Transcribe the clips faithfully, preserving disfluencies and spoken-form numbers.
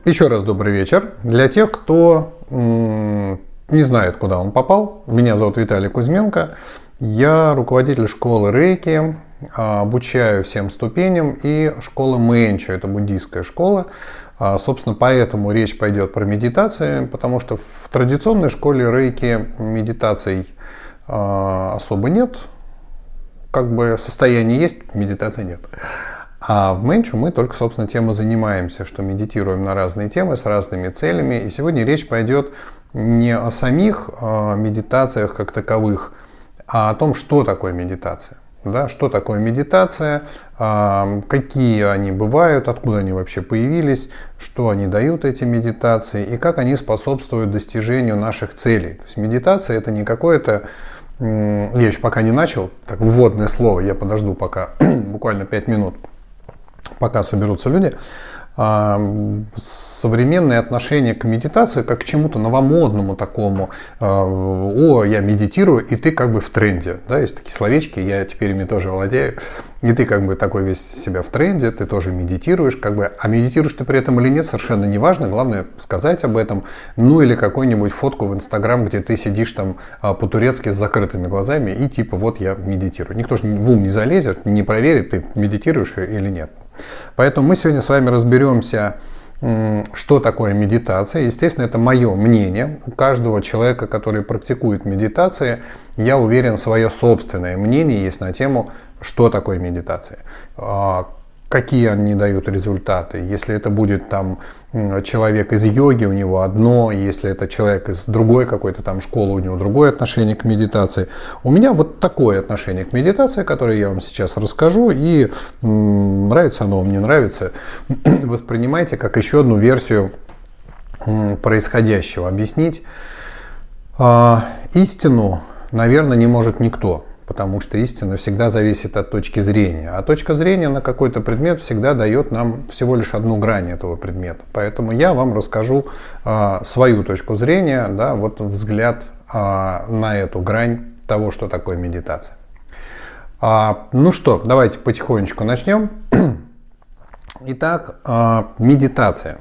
Еще раз добрый вечер. Для тех, кто м, не знает, куда он попал, меня зовут Виталий Кузьменко. Я руководитель школы Рейки, обучаю всем ступеням, и школа Мэнчо, это буддийская школа. Собственно, поэтому речь пойдет про медитации, потому что в традиционной школе Рейки медитаций особо нет. Как бы состояние есть, медитации нет. А в Мэнчо мы только, собственно, тем и занимаемся, что медитируем на разные темы с разными целями. И сегодня речь пойдет не о самих э, медитациях как таковых, а о том, что такое медитация. Да, что такое медитация, э, какие они бывают, откуда они вообще появились, что они дают, эти медитации, и как они способствуют достижению наших целей. То есть медитация — это не какое-то... Э, я еще пока не начал, так, вводное слово, я подожду пока буквально пять минут. Пока соберутся люди, современное отношение к медитации как к чему-то новомодному такому. О, я медитирую, и ты как бы в тренде. Да, есть такие словечки, я теперь ими тоже владею. И ты как бы такой весь себя в тренде, ты тоже медитируешь, как бы, а медитируешь ты при этом или нет, совершенно не важно, главное сказать об этом. Ну или какую-нибудь фотку в Инстаграм, где ты сидишь там по-турецки с закрытыми глазами и типа вот я медитирую. Никто же в ум не залезет, не проверит, ты медитируешь или нет. Поэтому мы сегодня с вами разберемся, что такое медитация. Естественно, это мое мнение. У каждого человека, который практикует медитации, я уверен, свое собственное мнение есть на тему, что такое медитация. Какие они дают результаты. Если это будет там человек из йоги, у него одно, если это человек из другой какой-то там школы, у него другое отношение к медитации. У меня вот такое отношение к медитации, которое я вам сейчас расскажу, и м, нравится оно вам, не нравится, воспринимайте как еще одну версию м, происходящего. Объяснить э, истину, наверное, не может никто. Потому что истина всегда зависит от точки зрения. А точка зрения на какой-то предмет всегда дает нам всего лишь одну грань этого предмета. Поэтому я вам расскажу а, свою точку зрения, да, вот взгляд а, на эту грань того, что такое медитация. А, ну что, давайте потихонечку начнем. Итак, а, медитация.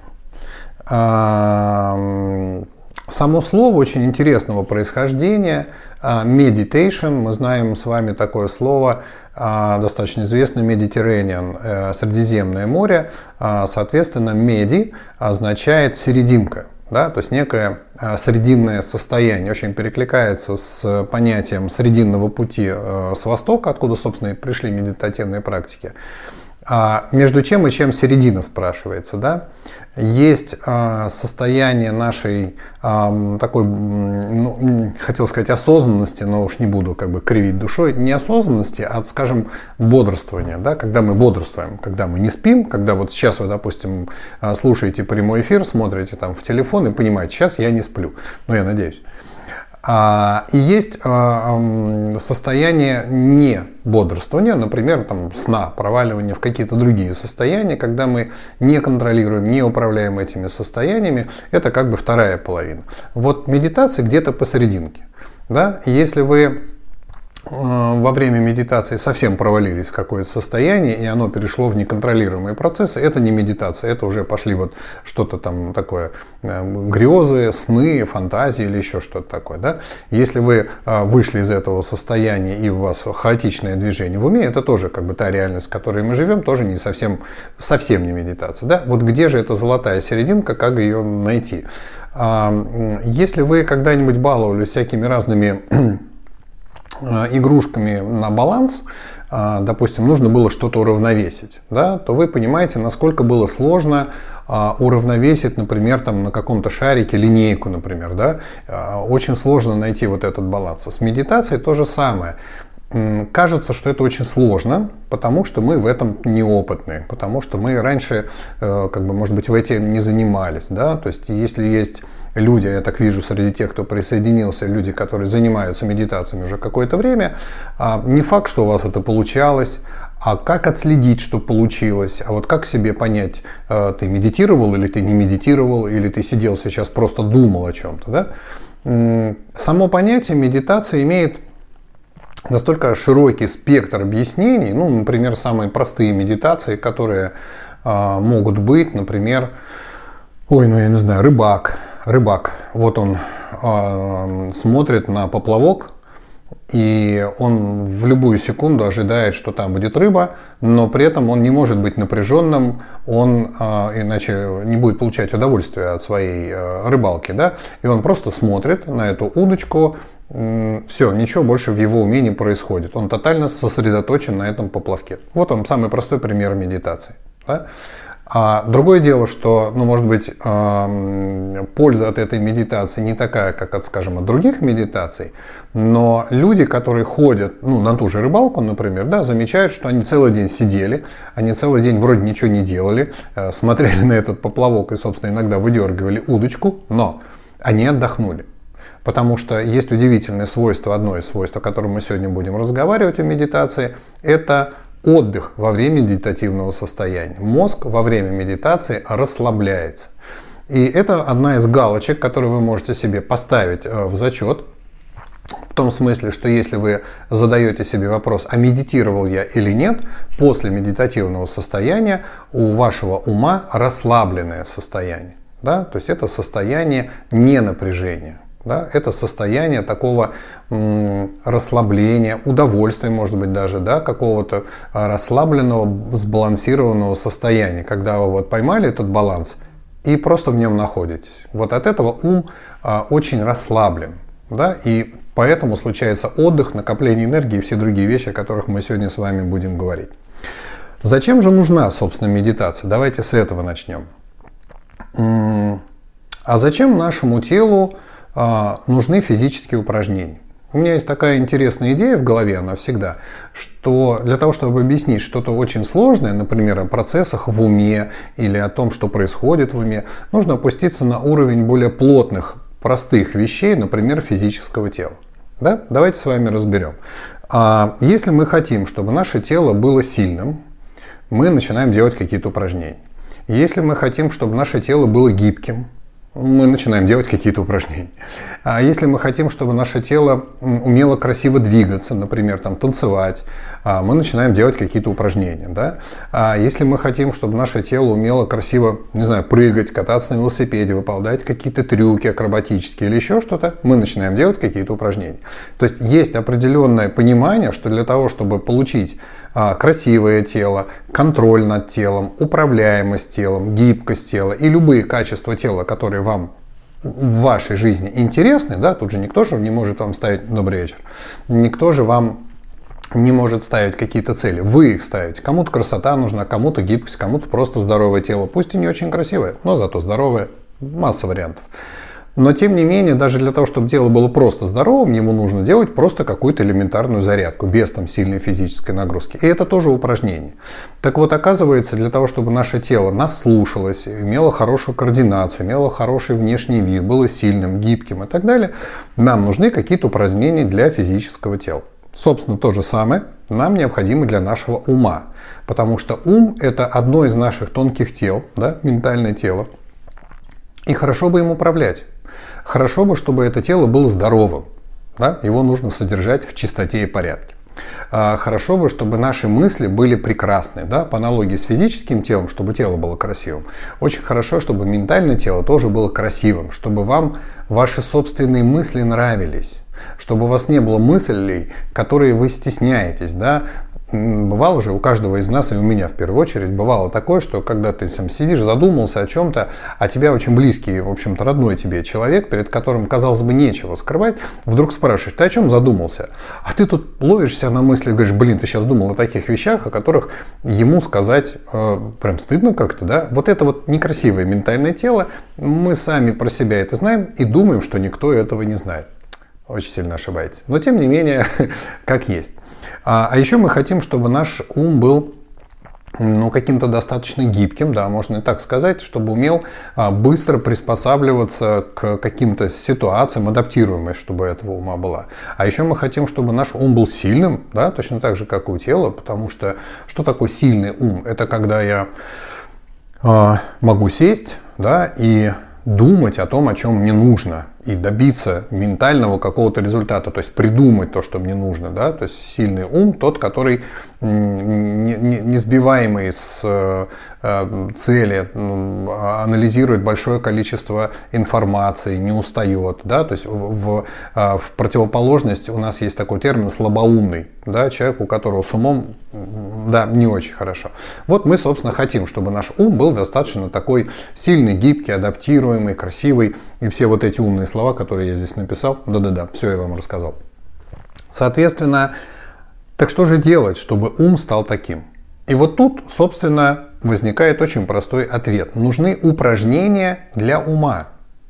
А, Само слово очень интересного происхождения. Meditation, мы знаем с вами такое слово, достаточно известное, Mediterranean, Средиземное море. Соответственно, меди означает серединка, да, то есть некое срединное состояние. Очень перекликается с понятием срединного пути с востока, откуда, собственно, и пришли медитативные практики. А между чем и чем середина, спрашивается, да? Есть э, состояние нашей э, такой, ну, хотел сказать, осознанности, но уж не буду как бы кривить душой, не осознанности, а, скажем, бодрствования, да? Когда мы бодрствуем, когда мы не спим, когда вот сейчас вы, допустим, слушаете прямой эфир, смотрите там в телефон и понимаете, сейчас я не сплю, ну, я надеюсь. И есть состояние не бодрствования, например, там, сна, проваливания в какие-то другие состояния, когда мы не контролируем, не управляем этими состояниями, это как бы вторая половина. Вот медитация где-то посерединке. Да? И если вы во время медитации совсем провалились в какое-то состояние, и оно перешло в неконтролируемые процессы, это не медитация, это уже пошли вот что-то там такое, грезы, сны, фантазии или еще что-то такое. Да? Если вы вышли из этого состояния и у вас хаотичное движение в уме, это тоже как бы та реальность, в которой мы живем, тоже не совсем, совсем не медитация. Да? Вот где же эта золотая серединка, как ее найти? Если вы когда-нибудь баловались всякими разными игрушками на баланс, допустим, нужно было что-то уравновесить, да, то вы понимаете, насколько было сложно уравновесить, например, там, на каком-то шарике линейку, например. Да? Очень сложно найти вот этот баланс. С медитацией то же самое. Кажется, что это очень сложно, потому что мы в этом неопытны, потому что мы раньше, как бы, может быть, в этим не занимались. Да? То есть, если есть люди, я так вижу среди тех, кто присоединился, люди, которые занимаются медитациями уже какое-то время, не факт, что у вас это получалось, а как отследить, что получилось, а вот как себе понять, ты медитировал или ты не медитировал, или ты сидел сейчас просто думал о чем-то. Да? Само понятие медитации имеет настолько широкий спектр объяснений, ну, например, самые простые медитации, которые а, могут быть, например, ой, ну я не знаю, рыбак, рыбак, вот он э, смотрит на поплавок, и он в любую секунду ожидает, что там будет рыба, но при этом он не может быть напряженным, он э, иначе не будет получать удовольствие от своей э, рыбалки, да, и он просто смотрит на эту удочку, э, все, ничего больше в его уме не происходит, он тотально сосредоточен на этом поплавке. Вот он, самый простой пример медитации, да? А другое дело, что, ну, может быть, э, польза от этой медитации не такая, как от, скажем, от других медитаций, но люди, которые ходят, ну, на ту же рыбалку, например, да, замечают, что они целый день сидели, они целый день вроде ничего не делали, э, смотрели на этот поплавок и, собственно, иногда выдергивали удочку, но они отдохнули. Потому что есть удивительное свойство, одно из свойств, о котором мы сегодня будем разговаривать в медитации, это отдых во время медитативного состояния. Мозг во время медитации расслабляется. И это одна из галочек, которую вы можете себе поставить в зачет. В том смысле, что если вы задаете себе вопрос, а медитировал я или нет, после медитативного состояния у вашего ума расслабленное состояние. Да? То есть это состояние ненапряжения. Да, это состояние такого м, расслабления, удовольствия, может быть, даже, да, какого-то расслабленного, сбалансированного состояния, когда вы вот поймали этот баланс и просто в нем находитесь. Вот от этого ум а, очень расслаблен, да, и поэтому случается отдых, накопление энергии и все другие вещи, о которых мы сегодня с вами будем говорить. Зачем же нужна, собственно, медитация? Давайте с этого начнем. А зачем нашему телу нужны физические упражнения? У меня есть такая интересная идея в голове, она всегда, что для того, чтобы объяснить что-то очень сложное, например, о процессах в уме или о том, что происходит в уме, нужно опуститься на уровень более плотных, простых вещей, например, физического тела. Да? Давайте с вами разберем. А если мы хотим, чтобы наше тело было сильным, мы начинаем делать какие-то упражнения. Если мы хотим, чтобы наше тело было гибким, мы начинаем делать какие-то упражнения. А если мы хотим, чтобы наше тело умело красиво двигаться, например, там, танцевать, мы начинаем делать какие-то упражнения. Да? А если мы хотим, чтобы наше тело умело красиво, не знаю, прыгать, кататься на велосипеде, выполнять какие-то трюки акробатические или еще что-то, мы начинаем делать какие-то упражнения. То есть есть определенное понимание, что для того, чтобы получить красивое тело, контроль над телом, управляемость телом, гибкость тела и любые качества тела, которые вам в вашей жизни интересны, да, тут же никто же не может вам ставить «добрый вечер», никто же вам не может ставить какие-то цели, вы их ставите. Кому-то красота нужна, кому-то гибкость, кому-то просто здоровое тело, пусть и не очень красивое, но зато здоровое, масса вариантов. Но тем не менее, даже для того, чтобы тело было просто здоровым, ему нужно делать просто какую-то элементарную зарядку, без там сильной физической нагрузки. И это тоже упражнение. Так вот, оказывается, для того, чтобы наше тело нас слушалось, имело хорошую координацию, имело хороший внешний вид, было сильным, гибким и так далее, нам нужны какие-то упражнения для физического тела. Собственно, то же самое нам необходимо для нашего ума. Потому что ум – это одно из наших тонких тел, да, ментальное тело. И хорошо бы им управлять. Хорошо бы, чтобы это тело было здоровым. Да? Его нужно содержать в чистоте и порядке. Хорошо бы, чтобы наши мысли были прекрасны. Да? По аналогии с физическим телом, чтобы тело было красивым. Очень хорошо, чтобы ментальное тело тоже было красивым. Чтобы вам ваши собственные мысли нравились. Чтобы у вас не было мыслей, которые вы стесняетесь. Да? Бывало же у каждого из нас, и у меня в первую очередь, бывало такое, что когда ты там сидишь, задумался о чем-то, а тебя очень близкий, в общем-то, родной тебе человек, перед которым, казалось бы, нечего скрывать, вдруг спрашиваешь, ты о чем задумался? А ты тут ловишься на мысли, говоришь, блин, ты сейчас думал о таких вещах, о которых ему сказать э, прям стыдно как-то, да? Вот это вот некрасивое ментальное тело, мы сами про себя это знаем и думаем, что никто этого не знает. Очень сильно ошибаетесь. Но тем не менее, как есть. А, а еще мы хотим, чтобы наш ум был ну, каким-то достаточно гибким, да, можно и так сказать, чтобы умел а, быстро приспосабливаться к каким-то ситуациям, адаптируемость, чтобы этого ума была. А еще мы хотим, чтобы наш ум был сильным, да, точно так же, как и у тела, потому что что такое сильный ум? Это когда я а, могу сесть, да, и думать о том, о чем мне нужно, и добиться ментального какого-то результата, то есть придумать то, что мне нужно. Да? То есть сильный ум тот, который не, не, не сбиваемый с э, цели, анализирует большое количество информации, не устает. Да? То есть в, в, в противоположность у нас есть такой термин слабоумный, да? Человек, у которого с умом да, не очень хорошо. Вот мы, собственно, хотим, чтобы наш ум был достаточно такой сильный, гибкий, адаптируемый, красивый, и все вот эти умные слова, которые я здесь написал, да-да-да, все я вам рассказал. Соответственно, так что же делать, чтобы ум стал таким? И вот тут, собственно, возникает очень простой ответ. Нужны упражнения для ума.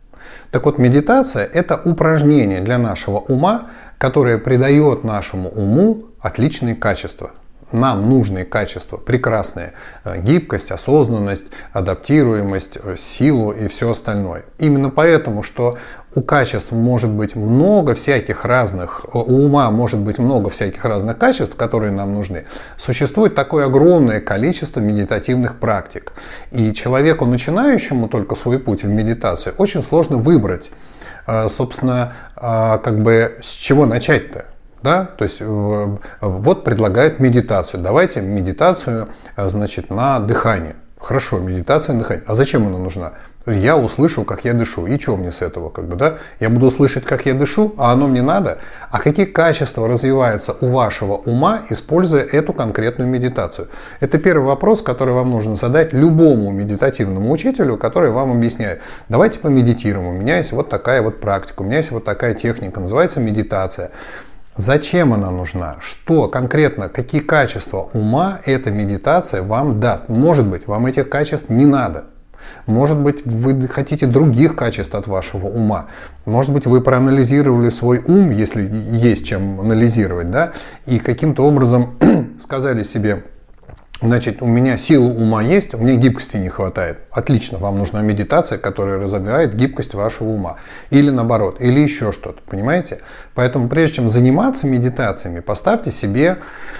Так вот, медитация – это упражнение для нашего ума, которое придает нашему уму отличные качества. Нам нужные качества, прекрасные, гибкость, осознанность, адаптируемость, силу и все остальное. Именно поэтому, что у качеств может быть много всяких разных, у ума может быть много всяких разных качеств, которые нам нужны, существует такое огромное количество медитативных практик. И человеку, начинающему только свой путь в медитацию, очень сложно выбрать, собственно, как бы с чего начать-то. Да? То есть вот предлагают медитацию. Давайте медитацию, значит, на дыхание. Хорошо, медитация на дыхание. А зачем она нужна? Я услышу, как я дышу. И что мне с этого? Как бы, да? Я буду слышать, как я дышу, а оно мне надо? А какие качества развиваются у вашего ума, используя эту конкретную медитацию? Это первый вопрос, который вам нужно задать любому медитативному учителю, который вам объясняет. Давайте помедитируем. У меня есть вот такая вот практика, у меня есть вот такая техника, называется медитация. Зачем она нужна? Что конкретно, какие качества ума эта медитация вам даст? Может быть, вам этих качеств не надо. Может быть, вы хотите других качеств от вашего ума. Может быть, вы проанализировали свой ум, если есть чем анализировать, да, и каким-то образом сказали себе: значит, у меня сила ума есть, у меня гибкости не хватает. Отлично, вам нужна медитация, которая развивает гибкость вашего ума. Или наоборот, или еще что-то, понимаете? Поэтому прежде чем заниматься медитациями, поставьте себе,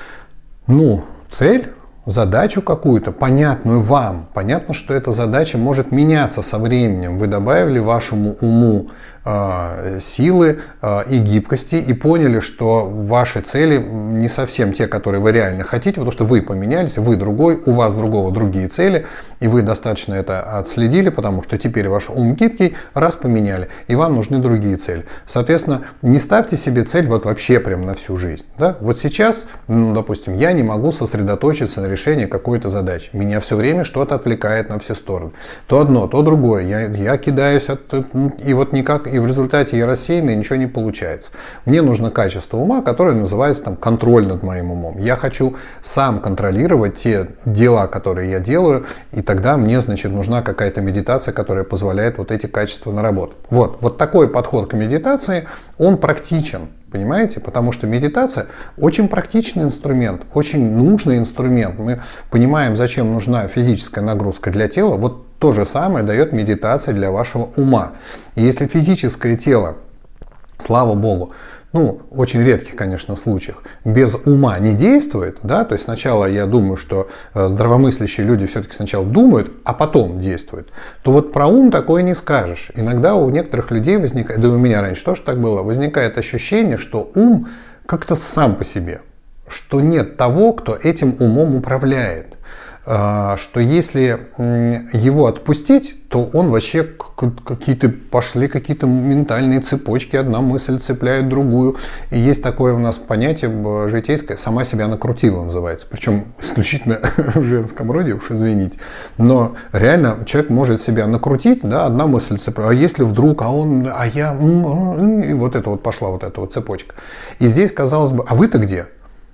ну, цель, задачу какую-то, понятную вам. Понятно, что эта задача может меняться со временем. Вы добавили вашему уму э, силы э, и гибкости и поняли, что ваши цели не совсем те, которые вы реально хотите, потому что вы поменялись, вы другой, у вас другого другие цели, и вы достаточно это отследили, потому что теперь ваш ум гибкий, раз поменяли, и вам нужны другие цели. Соответственно, не ставьте себе цель вот вообще прям на всю жизнь. Да? Вот сейчас, ну, допустим, я не могу сосредоточиться на решение какой-то задачи. Меня все время что-то отвлекает на все стороны. То одно, то другое. Я, я кидаюсь от... И вот никак... И в результате я рассеянный, и ничего не получается. Мне нужно качество ума, которое называется там контроль над моим умом. Я хочу сам контролировать те дела, которые я делаю, и тогда мне, значит, нужна какая-то медитация, которая позволяет вот эти качества наработать. Вот. Вот такой подход к медитации, он практичен. Понимаете? Потому что медитация очень практичный инструмент, очень нужный инструмент. Мы понимаем, зачем нужна физическая нагрузка для тела. Вот то же самое дает медитация для вашего ума. И если физическое тело, слава богу, ну, в очень редких, конечно, случаях, без ума не действует, да, то есть сначала я думаю, что здравомыслящие люди все-таки сначала думают, а потом действуют, то вот про ум такое не скажешь. Иногда у некоторых людей возникает, да и у меня раньше тоже так было, возникает ощущение, что ум как-то сам по себе, что нет того, кто этим умом управляет. Что если его отпустить, то он вообще какие-то пошли какие-то ментальные цепочки, одна мысль цепляет другую. И есть такое у нас понятие житейское, сама себя накрутила называется. Причем исключительно в женском роде, уж извините. Но реально человек может себя накрутить, да, одна мысль цепляет. А если вдруг, а он, а я, и вот это вот пошла вот эта вот цепочка. И здесь казалось бы, а вы-то где?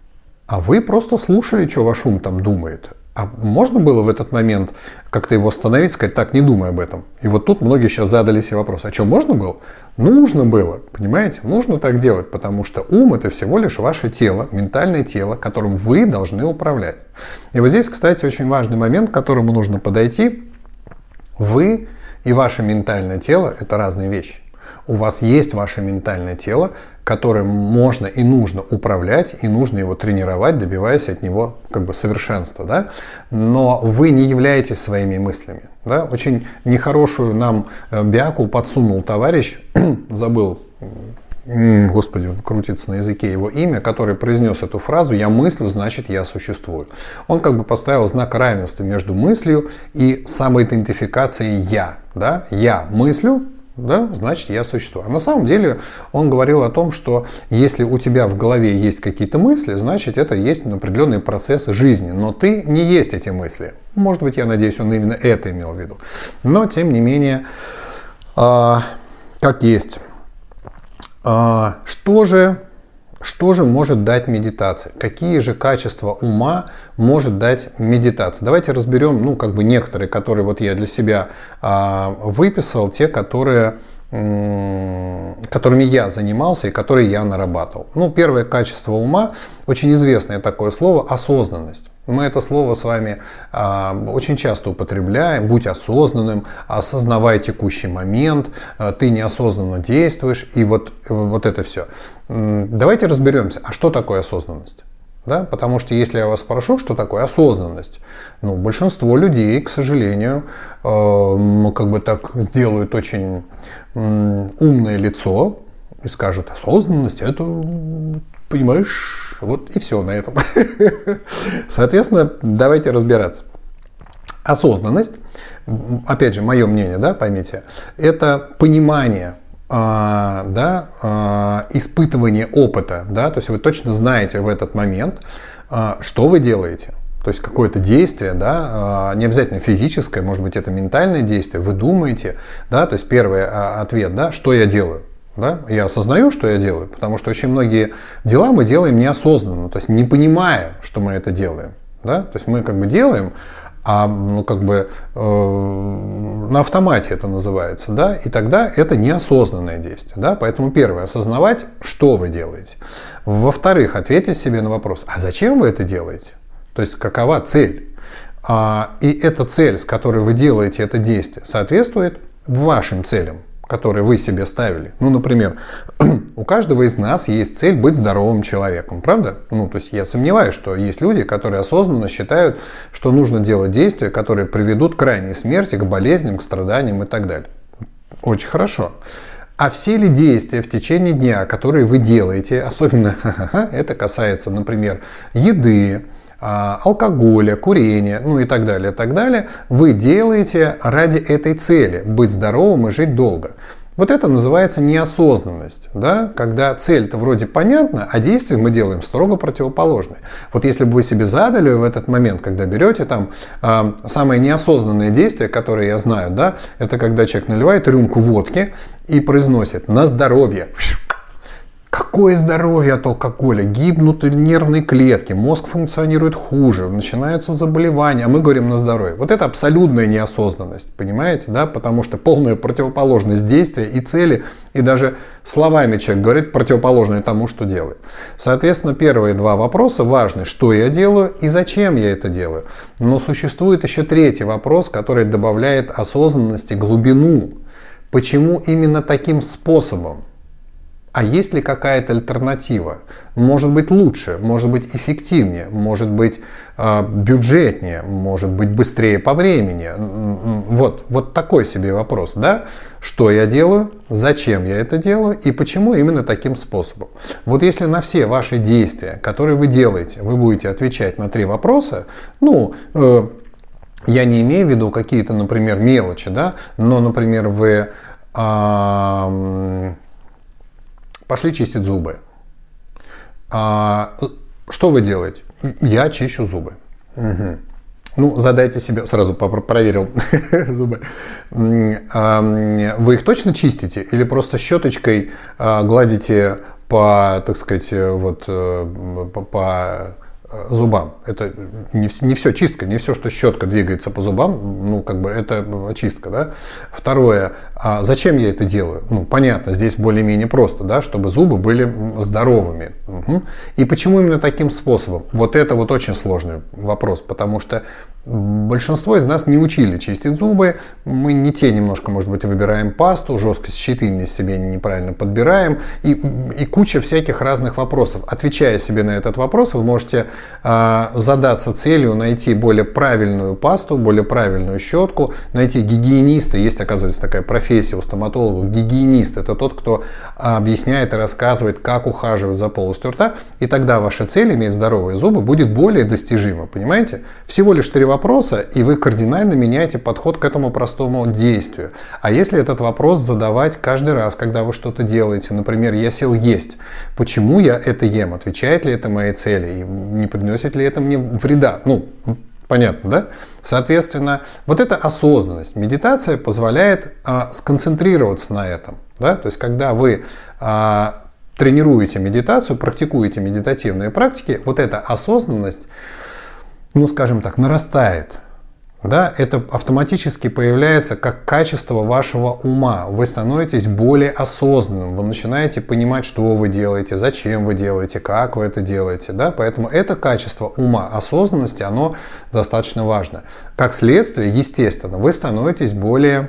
А вы просто слушали, что ваш ум там думает. А можно было в этот момент как-то его остановить, сказать: так, не думай об этом. И вот тут многие сейчас задали себе вопрос: а что, можно было? Нужно было, понимаете? Нужно так делать, потому что ум – это всего лишь ваше тело, ментальное тело, которым вы должны управлять. И вот здесь, кстати, очень важный момент, к которому нужно подойти. Вы и ваше ментальное тело – это разные вещи. У вас есть ваше ментальное тело, которым можно и нужно управлять, и нужно его тренировать, добиваясь от него как бы совершенства, да? Но вы не являетесь своими мыслями, да? Очень нехорошую нам бяку подсунул товарищ, забыл, господи, крутится на языке его имя, который произнес эту фразу «я мыслю, значит я существую». Он как бы поставил знак равенства между мыслью и самоидентификацией «я», да? «Я мыслю», да, значит, я существую. А на самом деле он говорил о том, что если у тебя в голове есть какие-то мысли, значит, это есть определенные процессы жизни. Но ты не есть эти мысли. Может быть, я надеюсь, он именно это имел в виду. Но, тем не менее, э, как есть. Э, что же, что же может дать медитация? Какие же качества ума может дать медитация? Давайте разберем, ну, как бы некоторые, которые вот я для себя э, выписал, те, которые, э, которыми я занимался и которые я нарабатывал. Ну, первое качество ума, очень известное такое слово, осознанность. Мы это слово с вами э, очень часто употребляем. Будь осознанным, осознавай текущий момент, э, ты неосознанно действуешь, и вот, вот это все. Давайте разберемся, а что такое осознанность? Да? Потому что если я вас спрошу, что такое осознанность, ну, большинство людей, к сожалению, э, ну, как бы так сделают очень э, умное лицо и скажут: осознанность — это, понимаешь, вот и все на этом. Соответственно, давайте разбираться. Осознанность, опять же, мое мнение, да, поймите, это понимание, а, да, а, испытывание опыта, да, то есть вы точно знаете в этот момент, а, что вы делаете. То есть какое-то действие, да, не обязательно физическое, может быть, это ментальное действие, вы думаете, да, то есть первый ответ, да, что я делаю. Да? Я осознаю, что я делаю, потому что очень многие дела мы делаем неосознанно, то есть не понимая, что мы это делаем. Да? То есть мы как бы делаем, а ну, как бы э, на автомате это называется, да? И тогда это неосознанное действие. Да? Поэтому первое, осознавать, что вы делаете. Во-вторых, ответьте себе на вопрос: а зачем вы это делаете? То есть какова цель? А, и эта цель, с которой вы делаете это действие, соответствует вашим целям, которые вы себе ставили. Ну, например, у каждого из нас есть цель быть здоровым человеком, правда? Ну, то есть я сомневаюсь, что есть люди, которые осознанно считают, что нужно делать действия, которые приведут к крайней смерти, к болезням, к страданиям и так далее. Очень хорошо. А все ли действия в течение дня, которые вы делаете, особенно это касается, например, еды, алкоголя, курения, ну и так далее, и так далее, вы делаете ради этой цели – быть здоровым и жить долго. Вот это называется неосознанность, да? Когда цель-то вроде понятна, а действия мы делаем строго противоположные. Вот если бы вы себе задали в этот момент, когда берете там э, самое неосознанное действие, которое я знаю, да, это когда человек наливает рюмку водки и произносит «на здоровье». Какое здоровье от алкоголя? Гибнут нервные клетки, мозг функционирует хуже, начинаются заболевания, а мы говорим на здоровье. Вот это абсолютная неосознанность, понимаете, да? Потому что полная противоположность действия и цели, и даже словами человек говорит противоположное тому, что делает. Соответственно, первые два вопроса важны: что я делаю и зачем я это делаю. Но существует еще третий вопрос, который добавляет осознанности глубину. Почему именно таким способом? А есть ли какая-то альтернатива? Может быть лучше, может быть эффективнее, может быть э, бюджетнее, может быть быстрее по времени. Вот, вот такой себе вопрос, да? Что я делаю, зачем я это делаю и почему именно таким способом? Вот если на все ваши действия, которые вы делаете, вы будете отвечать на три вопроса, ну, э, я не имею в виду какие-то, например, мелочи, да? Но, например, вы... Э, Пошли чистить зубы. А, что вы делаете? Я чищу зубы. Угу. Ну, задайте себе, сразу проверил зубы. Вы их точно чистите или просто щеточкой гладите по, так сказать, вот по, по зубам? Это не, не все чистка, не все, что щетка двигается по зубам, ну, как бы это чистка, да. Второе, а зачем я это делаю? Ну, понятно, здесь более-менее просто, да, чтобы зубы были здоровыми. Угу. И почему именно таким способом? Вот это вот очень сложный вопрос, потому что Большинство из нас не учили чистить зубы, мы не те немножко, может быть, выбираем пасту, жесткость щетины себе неправильно подбираем и, и куча всяких разных вопросов. Отвечая себе на этот вопрос, вы можете э, задаться целью найти более правильную пасту, более правильную щетку, найти гигиениста. Есть, оказывается, такая профессия у стоматологов. Гигиенист – это тот, кто объясняет и рассказывает, как ухаживать за полостью рта, и тогда ваша цель иметь здоровые зубы будет более достижима, понимаете? Всего лишь три вопроса, и вы кардинально меняете подход к этому простому действию. А если этот вопрос задавать каждый раз, когда вы что-то делаете, например, я сел есть, почему я это ем, отвечает ли это моей цели, и не приносит ли это мне вреда? Ну, понятно, да? Соответственно, вот эта осознанность. Медитация позволяет а, сконцентрироваться на этом. Да? То есть, когда вы а, тренируете медитацию, практикуете медитативные практики, вот эта осознанность, ну, скажем так, нарастает. Да? Это автоматически появляется как качество вашего ума. Вы становитесь более осознанным, вы начинаете понимать, что вы делаете, зачем вы делаете, как вы это делаете. Да? Поэтому это качество ума, осознанности, оно достаточно важно. Как следствие, естественно, вы становитесь более,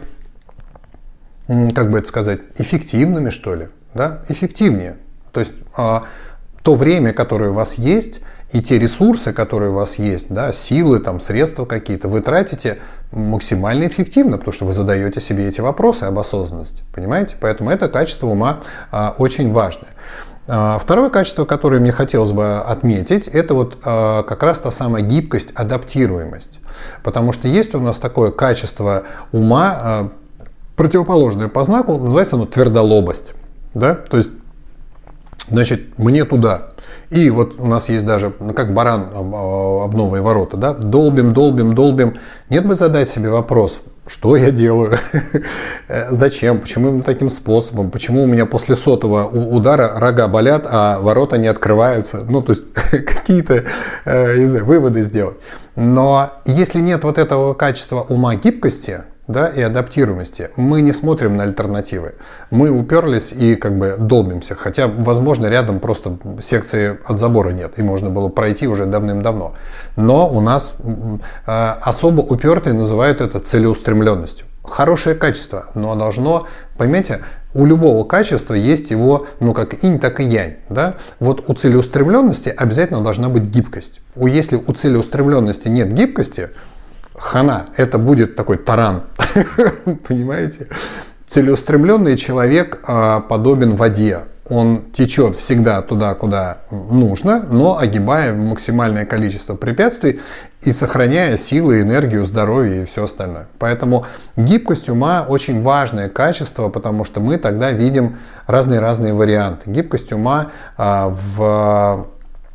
как бы это сказать, эффективными, что ли, да? Эффективнее. То есть то время, которое у вас есть, и те ресурсы, которые у вас есть, да, силы, там, средства какие-то, вы тратите максимально эффективно, потому что вы задаете себе эти вопросы об осознанности. Понимаете? Поэтому это качество ума а, очень важное. А, второе качество, которое мне хотелось бы отметить, это вот а, как раз та самая гибкость, адаптируемость. Потому что есть у нас такое качество ума, а, противоположное по знаку, называется оно твердолобость. Да? То есть, значит, мне туда. И вот у нас есть даже, ну, как баран об новые ворота, да, долбим, долбим, долбим. Нет бы задать себе вопрос, что я делаю, зачем, почему именно таким способом, почему у меня после сотого удара рога болят, а ворота не открываются. Ну, то есть какие-то, не знаю, выводы сделать. Но если нет вот этого качества ума гибкости, да, и адаптируемости, мы не смотрим на альтернативы. Мы уперлись и как бы долбимся. Хотя, возможно, рядом просто секции от забора нет, и можно было пройти уже давным-давно. Но у нас э, особо упертые называют это целеустремленностью. Хорошее качество, но должно, понимаете, у любого качества есть его, ну, как инь, так и янь. Да? Вот у целеустремленности обязательно должна быть гибкость. Если у целеустремленности нет гибкости, хана, это будет такой таран, понимаете? Целеустремленный человек а, подобен воде. Он течет всегда туда, куда нужно, но огибая максимальное количество препятствий и сохраняя силы, энергию, здоровье и все остальное. Поэтому гибкость ума очень важное качество, потому что мы тогда видим разные-разные варианты. Гибкость ума а, в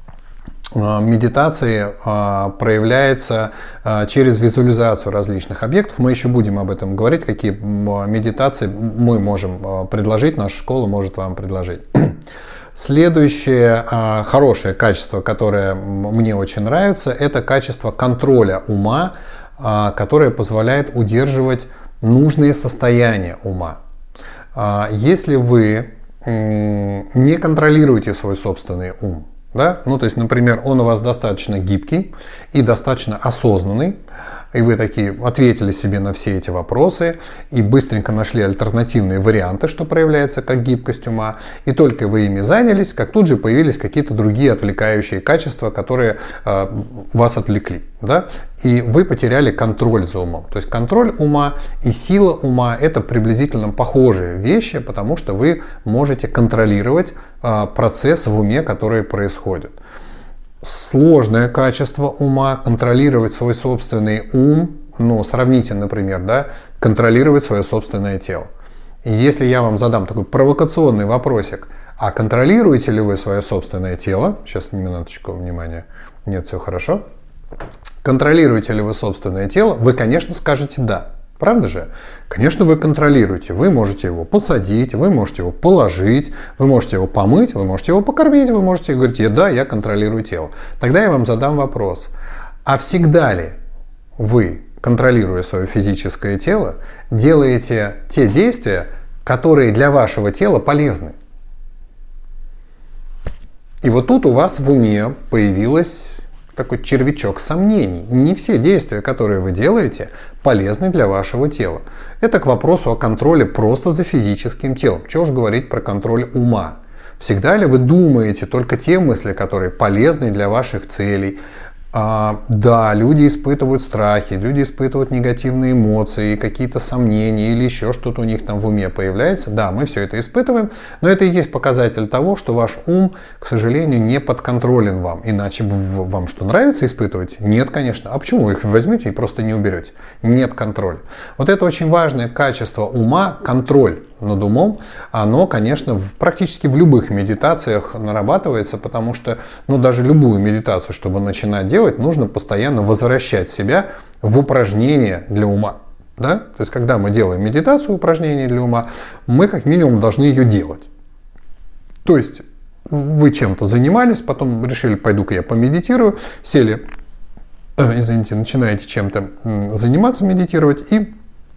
медитации проявляется через визуализацию различных объектов. Мы еще будем об этом говорить, какие медитации мы можем предложить, наша школа может вам предложить. Следующее хорошее качество, которое мне очень нравится, это качество контроля ума, которое позволяет удерживать нужные состояния ума. Если вы не контролируете свой собственный ум, да? Ну, то есть, например, он у вас достаточно гибкий и достаточно осознанный, и вы такие ответили себе на все эти вопросы и быстренько нашли альтернативные варианты, что проявляется как гибкость ума, и только вы ими занялись, как тут же появились какие-то другие отвлекающие качества, которые э, вас отвлекли. Да? И вы потеряли контроль за умом. То есть контроль ума и сила ума – это приблизительно похожие вещи, потому что вы можете контролировать э, процесс в уме, который происходит. Сложное качество ума, контролировать свой собственный ум, ну, сравните, например, да, контролировать свое собственное тело. И если я вам задам такой провокационный вопросик, а контролируете ли вы свое собственное тело, сейчас минуточку внимания, нет, все хорошо, контролируете ли вы собственное тело, вы, конечно, скажете «да». Правда же? Конечно, вы контролируете. Вы можете его посадить, вы можете его положить, вы можете его помыть, вы можете его покормить, вы можете говорить «да, я контролирую тело». Тогда я вам задам вопрос. А всегда ли вы, контролируя свое физическое тело, делаете те действия, которые для вашего тела полезны? И вот тут у вас в уме появилась такой червячок сомнений. Не все действия, которые вы делаете, полезны для вашего тела. Это к вопросу о контроле просто за физическим телом. Чего уж говорить про контроль ума. Всегда ли вы думаете только те мысли, которые полезны для ваших целей? А, да, люди испытывают страхи, люди испытывают негативные эмоции, какие-то сомнения или еще что-то у них там в уме появляется. Да, мы все это испытываем, но это и есть показатель того, что ваш ум, к сожалению, не подконтролен вам. Иначе бы вам что, нравится испытывать? Нет, конечно. А почему вы их возьмете и просто не уберете? Нет контроля. Вот это очень важное качество ума, контроль над умом, оно, конечно, в, практически в любых медитациях нарабатывается, потому что, ну, даже любую медитацию, чтобы начинать делать, нужно постоянно возвращать себя в упражнение для ума. Да? То есть, когда мы делаем медитацию, упражнение для ума, мы как минимум должны ее делать. То есть, вы чем-то занимались, потом решили, пойду-ка я помедитирую, сели, э, извините, начинаете чем-то заниматься, медитировать, и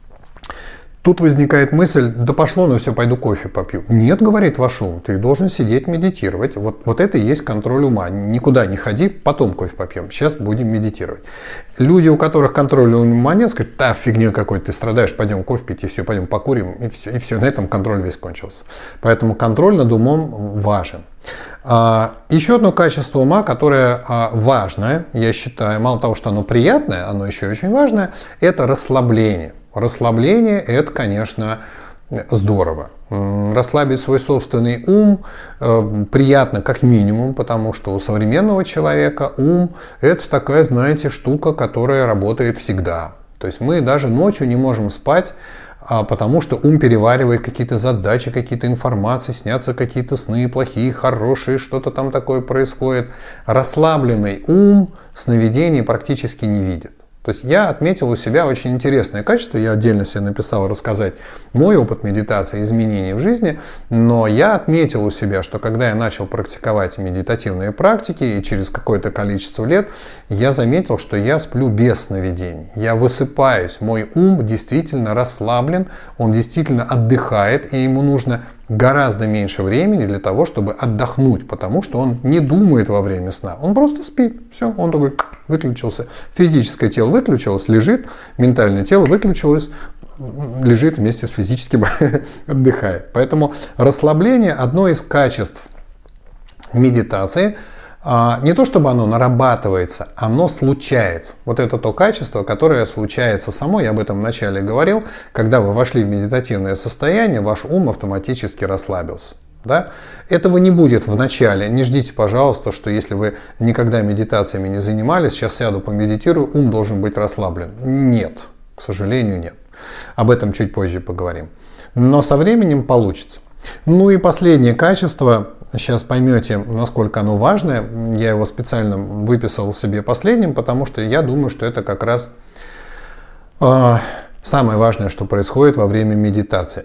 тут возникает мысль, да пошло, ну все, пойду кофе попью. Нет, говорит ваш ум, ты должен сидеть, медитировать. Вот, вот это и есть контроль ума. Никуда не ходи, потом кофе попьем. Сейчас будем медитировать. Люди, у которых контроля ума нет, скажут, да, фигню какой-то, ты страдаешь, пойдем кофе пить, и все, пойдем покурим, и все, и все. На этом контроль весь кончился. Поэтому контроль над умом важен. А, еще одно качество ума, которое а, важное, я считаю, мало того, что оно приятное, оно еще и очень важное, это расслабление. Расслабление – это, конечно, здорово. Расслабить свой собственный ум э, приятно как минимум, потому что у современного человека ум – это такая, знаете, штука, которая работает всегда. То есть мы даже ночью не можем спать, а, потому что ум переваривает какие-то задачи, какие-то информации, снятся какие-то сны, плохие, хорошие, что-то там такое происходит. Расслабленный ум сновидений практически не видит. То есть я отметил у себя очень интересное качество, я отдельно себе написал рассказать мой опыт медитации, изменений в жизни, но я отметил у себя, что когда я начал практиковать медитативные практики, и через какое-то количество лет, я заметил, что я сплю без сновидений, я высыпаюсь, мой ум действительно расслаблен, он действительно отдыхает, и ему нужно гораздо меньше времени для того, чтобы отдохнуть, потому что он не думает во время сна, он просто спит, все, он такой выключился, физическое тело выключилось, лежит, ментальное тело выключилось, лежит вместе с физическим, отдыхает. Поэтому расслабление одно из качеств медитации. Не то чтобы оно нарабатывается, оно случается. Вот это то качество, которое случается само, я об этом вначале говорил, когда вы вошли в медитативное состояние, ваш ум автоматически расслабился. Да? Этого не будет в начале. Не ждите, пожалуйста, что если вы никогда медитациями не занимались, сейчас сяду, помедитирую, ум должен быть расслаблен. Нет, к сожалению, нет. Об этом чуть позже поговорим. Но со временем получится. Ну и последнее качество, сейчас поймете, насколько оно важное. Я его специально выписал себе последним, потому что я думаю, что это как раз э, самое важное, что происходит во время медитации.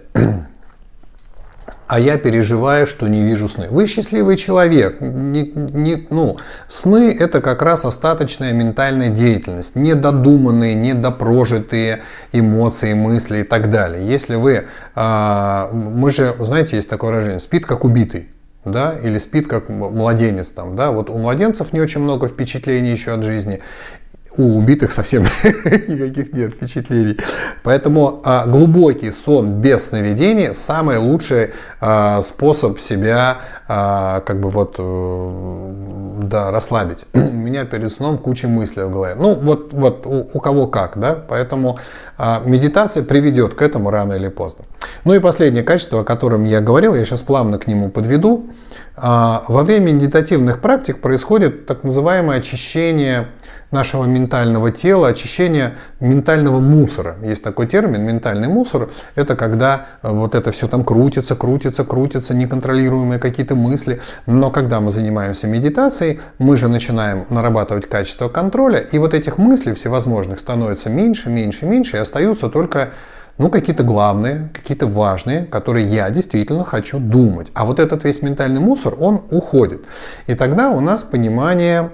А я переживаю, что не вижу сны. Вы счастливый человек. Не, не, ну, сны – это как раз остаточная ментальная деятельность. Недодуманные, недопрожитые эмоции, мысли и так далее. Если вы… А, мы же, знаете, есть такое выражение – спит как убитый. Да, или спит как младенец. Там, да? Вот у младенцев не очень много впечатлений еще от жизни. У убитых совсем никаких нет впечатлений. Поэтому а, глубокий сон без сновидений – самый лучший а, способ себя а, как бы вот, да, расслабить. У меня перед сном куча мыслей в голове. Ну, вот, вот у, у кого как, да. Поэтому а, медитация приведет к этому рано или поздно. Ну и последнее качество, о котором я говорил, я сейчас плавно к нему подведу. А, во время медитативных практик происходит так называемое очищение нашего ментального тела, очищение ментального мусора. Есть такой термин, ментальный мусор. Это когда вот это все там крутится, крутится, крутится, неконтролируемые какие-то мысли. Но когда мы занимаемся медитацией, мы же начинаем нарабатывать качество контроля, и вот этих мыслей всевозможных становится меньше, меньше, меньше, и остаются только ну, какие-то главные, какие-то важные, которые я действительно хочу думать. А вот этот весь ментальный мусор, он уходит. И тогда у нас понимание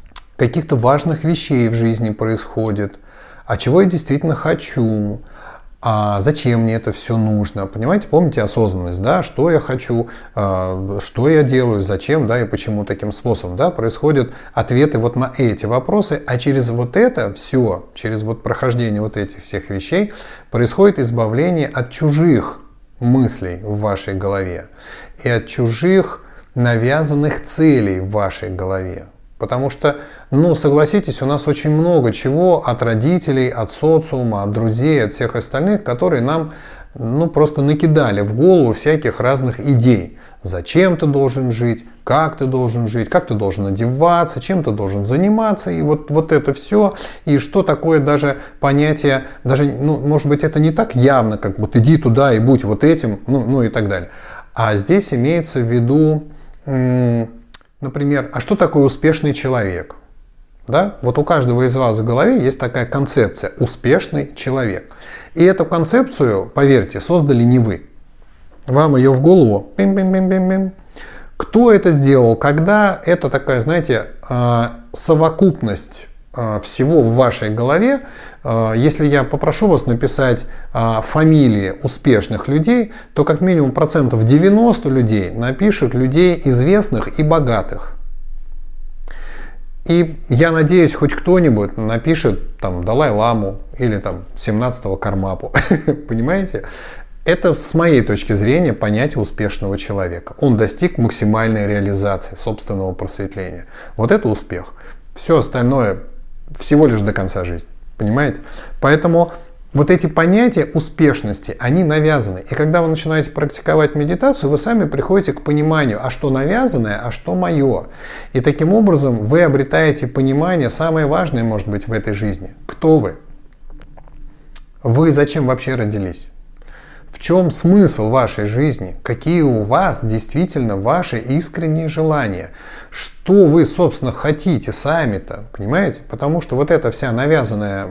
каких-то важных вещей в жизни происходит, а чего я действительно хочу, А зачем мне это все нужно? Понимаете, помните осознанность, да? Что я хочу, что я делаю, зачем, да, и почему таким способом, да? Происходят ответы вот на эти вопросы, а через вот это все, через вот прохождение вот этих всех вещей происходит избавление от чужих мыслей в вашей голове и от чужих навязанных целей в вашей голове. Потому что, ну, согласитесь, у нас очень много чего от родителей, от социума, от друзей, от всех остальных, которые нам, ну, просто накидали в голову всяких разных идей. Зачем ты должен жить, как ты должен жить, как ты должен одеваться, чем ты должен заниматься, и вот, вот это все. И что такое даже понятие, даже, ну, может быть, это не так явно, как вот иди туда и будь вот этим, ну, ну и так далее. А здесь имеется в виду... Например, а что такое успешный человек? Да? Вот у каждого из вас в голове есть такая концепция «успешный человек». И эту концепцию, поверьте, создали не вы. Вам ее в голову. Бим-бим-бим-бим-бим. Кто это сделал? Когда? Это такая, знаете, совокупность всего в вашей голове. Если я попрошу вас написать фамилии успешных людей, то как минимум процентов девяносто людей напишут людей известных и богатых. И я надеюсь, хоть кто-нибудь напишет там Далай-ламу или там семнадцатого Кармапу. Понимаете? Это с моей точки зрения понятие успешного человека. Он достиг максимальной реализации собственного просветления. Вот это успех. Все остальное всего лишь до конца жизни. Понимаете? Поэтому вот эти понятия успешности, они навязаны. И когда вы начинаете практиковать медитацию, вы сами приходите к пониманию, а что навязанное, а что мое. И таким образом вы обретаете понимание, самое важное, может быть, в этой жизни. Кто вы? Вы зачем вообще родились? В чем смысл вашей жизни? Какие у вас действительно ваши искренние желания? Что вы, собственно, хотите сами-то? Понимаете? Потому что вот эта вся навязанная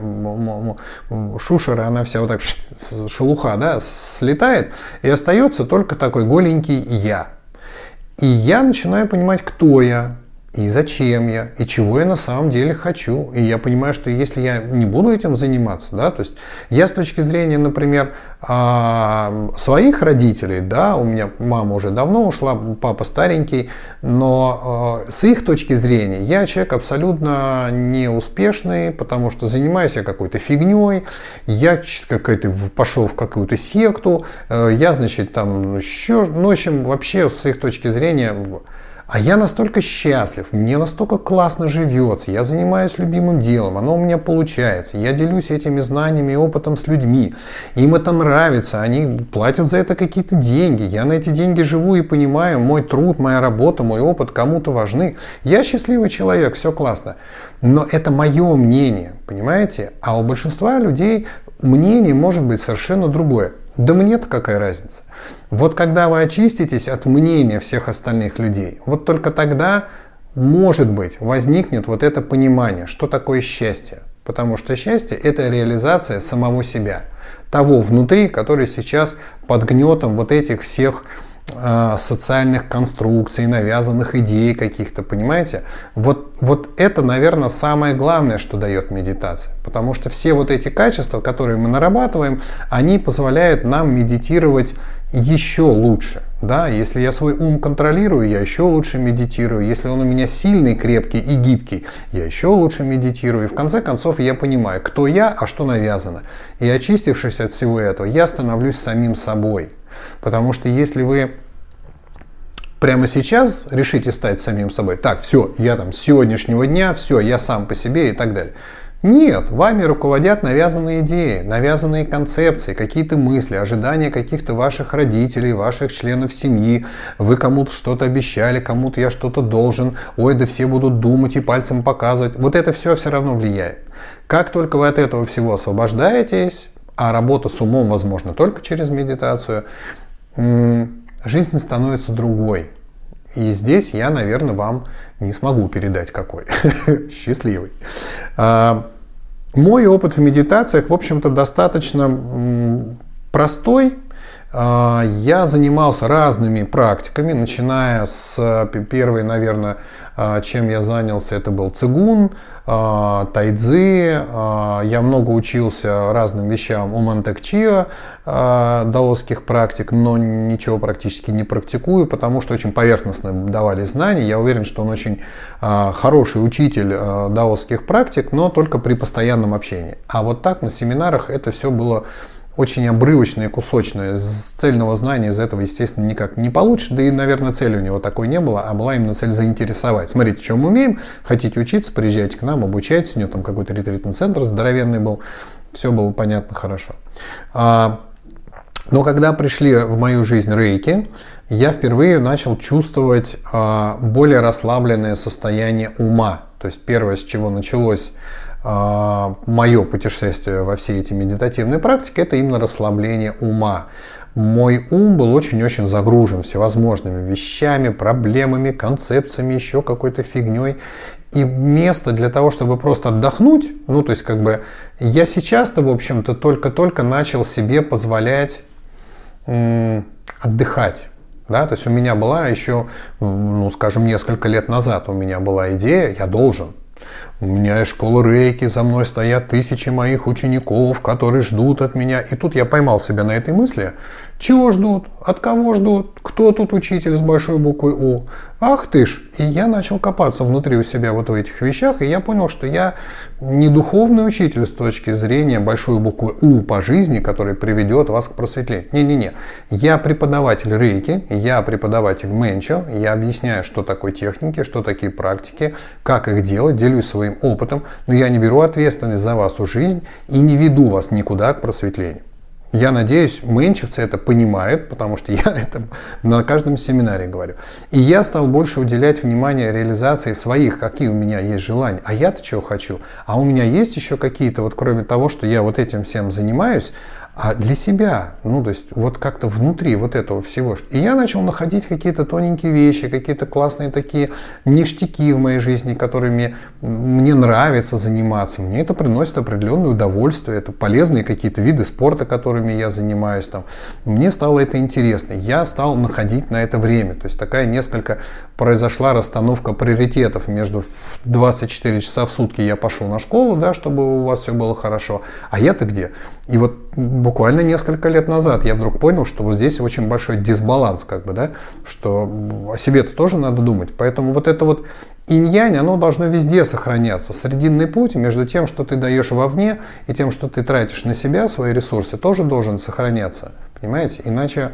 шушера, она вся вот так, шелуха, да, слетает, и остается только такой голенький я. И я начинаю понимать, кто я, и зачем я, и чего я на самом деле хочу. И я понимаю, что если я не буду этим заниматься, да, то есть я с точки зрения, например, своих родителей, да, у меня мама уже давно ушла, папа старенький, но с их точки зрения я человек абсолютно неуспешный, потому что занимаюсь я какой-то фигней, я какой-то пошел в какую-то секту, я, значит, там еще, ну, в общем, вообще с их точки зрения... А я настолько счастлив, мне настолько классно живется, я занимаюсь любимым делом, оно у меня получается, я делюсь этими знаниями и опытом с людьми, им это нравится, они платят за это какие-то деньги, я на эти деньги живу и понимаю, мой труд, моя работа, мой опыт кому-то важны. Я счастливый человек, все классно, но это мое мнение, понимаете? А у большинства людей мнение может быть совершенно другое. Да мне-то какая разница? Вот когда вы очиститесь от мнения всех остальных людей, вот только тогда, может быть, возникнет вот это понимание, что такое счастье. Потому что счастье – это реализация самого себя, того внутри, который сейчас под гнетом вот этих всех э, социальных конструкций, навязанных идей каких-то, понимаете? Вот, вот это, наверное, самое главное, что дает медитация. Потому что все вот эти качества, которые мы нарабатываем, они позволяют нам медитировать еще лучше. Да? Если я свой ум контролирую, я еще лучше медитирую. Если он у меня сильный, крепкий и гибкий, я еще лучше медитирую. И в конце концов я понимаю, кто я, а что навязано. И очистившись от всего этого, я становлюсь самим собой. Потому что если вы прямо сейчас решите стать самим собой, так, все, я там с сегодняшнего дня, все, я сам по себе и так далее. Нет, вами руководят навязанные идеи, навязанные концепции, какие-то мысли, ожидания каких-то ваших родителей, ваших членов семьи. Вы кому-то что-то обещали, кому-то я что-то должен. Ой, да все будут думать и пальцем показывать. Вот это все все равно влияет. Как только вы от этого всего освобождаетесь, а работа с умом возможна только через медитацию, жизнь становится другой. И здесь я, наверное, вам не смогу передать какой. Счастливый. Мой опыт в медитациях, в общем-то, достаточно простой. Я занимался разными практиками, начиная с первой, наверное, чем я занялся, это был цигун, тайцзи. Я много учился разным вещам у Мантэк Чиа, даосских практик, но ничего практически не практикую, потому что очень поверхностно давали знания. Я уверен, что он очень хороший учитель даосских практик, но только при постоянном общении. А вот так на семинарах это все было очень обрывочное, кусочное. Цельного знания из этого, естественно, никак не получишь. Да и, наверное, цели у него такой не было, а была именно цель заинтересовать. Смотрите, что мы умеем, хотите учиться, приезжайте к нам, обучайтесь. У него там какой-то ретритный центр здоровенный был. Все было понятно, хорошо. Но когда пришли в мою жизнь рейки, я впервые начал чувствовать более расслабленное состояние ума. То есть первое, с чего началось мое путешествие во все эти медитативные практики, это именно расслабление ума. Мой ум был очень-очень загружен всевозможными вещами, проблемами, концепциями, еще какой-то фигней. И место для того, чтобы просто отдохнуть, ну, то есть, как бы, я сейчас-то, в общем-то, только-только начал себе позволять м- отдыхать. Да? То есть, у меня была еще, ну, скажем, несколько лет назад у меня была идея, я должен. У меня есть школа рейки, за мной стоят тысячи моих учеников, которые ждут от меня. И тут я поймал себя на этой мысли. Чего ждут? От кого ждут? Кто тут учитель с большой буквы У? Ах ты ж! И я начал копаться внутри у себя вот в этих вещах, и я понял, что я не духовный учитель с точки зрения большой буквы У по жизни, который приведет вас к просветлению. Не-не-не. Я преподаватель рейки, я преподаватель мэнчо, я объясняю, что такое техники, что такие практики, как их делать, делюсь своим опытом, но я не беру ответственность за вашу жизнь и не веду вас никуда к просветлению. Я надеюсь, мэнчевцы это понимают, потому что я это на каждом семинаре говорю. И я стал больше уделять внимание реализации своих, какие у меня есть желания. А я-то чего хочу? А у меня есть еще какие-то, вот кроме того, что я вот этим всем занимаюсь, а для себя, ну, то есть, вот как-то внутри вот этого всего. И я начал находить какие-то тоненькие вещи, какие-то классные такие ништяки в моей жизни, которыми мне нравится заниматься. Мне это приносит определенное удовольствие. Это полезные какие-то виды спорта, которыми я занимаюсь. Там. Мне стало это интересно. Я стал находить на это время. То есть, такая несколько произошла расстановка приоритетов между двадцать четыре часа в сутки я пошел на школу, да, чтобы у вас все было хорошо. А я-то где? И вот буквально несколько лет назад я вдруг понял, что вот здесь очень большой дисбаланс, как бы, да, что о себе-то тоже надо думать. Поэтому вот это вот инь-янь, оно должно везде сохраняться. Срединный путь между тем, что ты даешь вовне, и тем, что ты тратишь на себя, свои ресурсы, тоже должен сохраняться. Понимаете? Иначе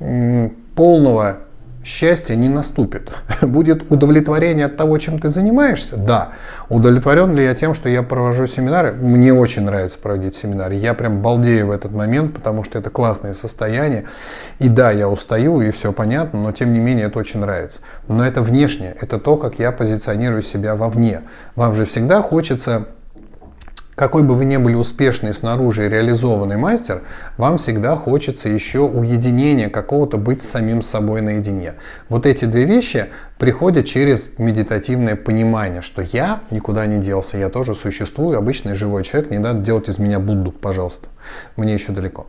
м- полного счастья не наступит. Будет удовлетворение от того, чем ты занимаешься? Да. Удовлетворен ли я тем, что я провожу семинары? Мне очень нравится проводить семинары. Я прям балдею в этот момент, потому что это классное состояние. И да, я устаю, и все понятно, но тем не менее это очень нравится. Но это внешне, это то, как я позиционирую себя вовне. Вам же всегда хочется... Какой бы вы ни были успешный снаружи и реализованный мастер, вам всегда хочется еще уединения какого-то, быть с самим собой наедине. Вот эти две вещи приходят через медитативное понимание, что я никуда не делся, я тоже существую, обычный живой человек, не надо делать из меня Будду, пожалуйста, мне еще далеко.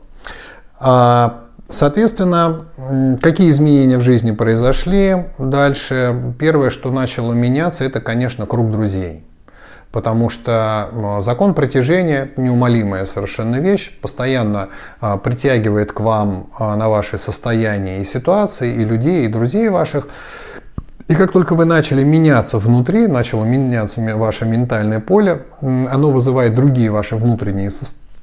Соответственно, какие изменения в жизни произошли дальше? Первое, что начало меняться, это, конечно, круг друзей. Потому что закон притяжения, неумолимая совершенно вещь, постоянно притягивает к вам на ваши состояния и ситуации, и людей, и друзей ваших. И как только вы начали меняться внутри, начало меняться ваше ментальное поле, оно вызывает другие ваши внутренние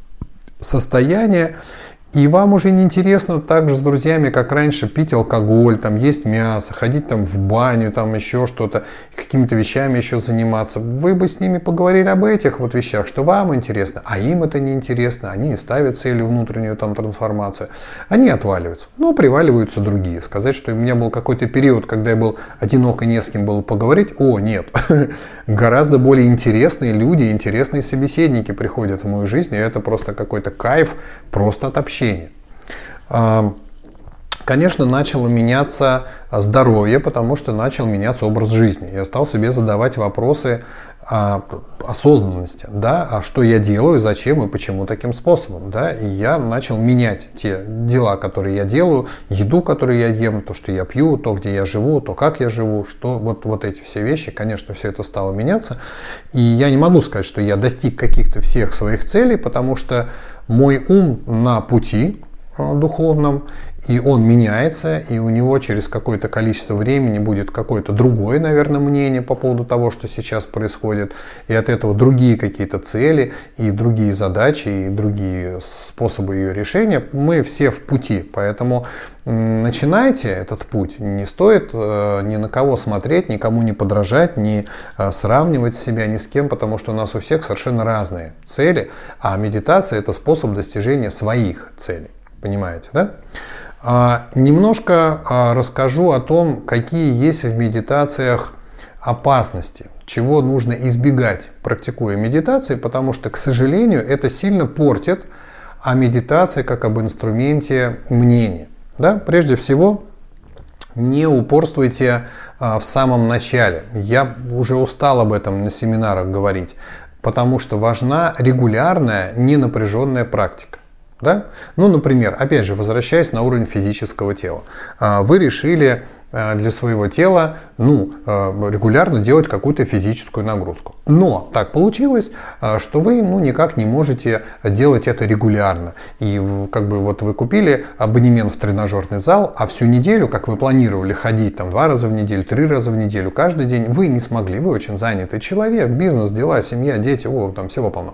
состояния. И вам уже не интересно так же с друзьями, как раньше, пить алкоголь, там, есть мясо, ходить там в баню, там еще что-то, какими-то вещами еще заниматься. Вы бы с ними поговорили об этих вот вещах, что вам интересно, а им это не интересно. Они не ставят целью внутреннюю там трансформацию. Они отваливаются. Но приваливаются другие. Сказать, что у меня был какой-то период, когда я был одинок и не с кем было поговорить, о, нет. Гораздо более интересные люди, интересные собеседники приходят в мою жизнь, и это просто какой-то кайф, просто от общения. Конечно, начало меняться здоровье, потому что начал меняться образ жизни. Я стал себе задавать вопросы о осознанности, да, а что я делаю, зачем и почему таким способом, да, и я начал менять те дела, которые я делаю, еду, которую я ем, то, что я пью, то, где я живу, то, как я живу, что вот, вот эти все вещи, конечно, все это стало меняться, и я не могу сказать, что я достиг каких-то всех своих целей, потому что мой ум на пути духовном, и он меняется, и у него через какое-то количество времени будет какое-то другое, наверное, мнение по поводу того, что сейчас происходит, и от этого другие какие-то цели, и другие задачи, и другие способы ее решения. Мы все в пути, поэтому начинайте этот путь. Не стоит ни на кого смотреть, никому не подражать, не сравнивать себя ни с кем, потому что у нас у всех совершенно разные цели, а медитация – это способ достижения своих целей. Понимаете, да? А, немножко а, расскажу о том, какие есть в медитациях опасности, чего нужно избегать, практикуя медитации, потому что, к сожалению, это сильно портит о медитации как об инструменте мнения. Да? Прежде всего, не упорствуйте а, в самом начале. Я уже устал об этом на семинарах говорить, потому что важна регулярная, ненапряженная практика. Да? Ну, например, опять же, возвращаясь на уровень физического тела. Вы решили для своего тела ну, регулярно делать какую-то физическую нагрузку. Но так получилось, что вы ну, никак не можете делать это регулярно. И как бы вот вы купили абонемент в тренажерный зал, а всю неделю, как вы планировали ходить там, два раза в неделю, три раза в неделю, каждый день, вы не смогли. Вы очень занятый человек, бизнес, дела, семья, дети, о, там всего полно.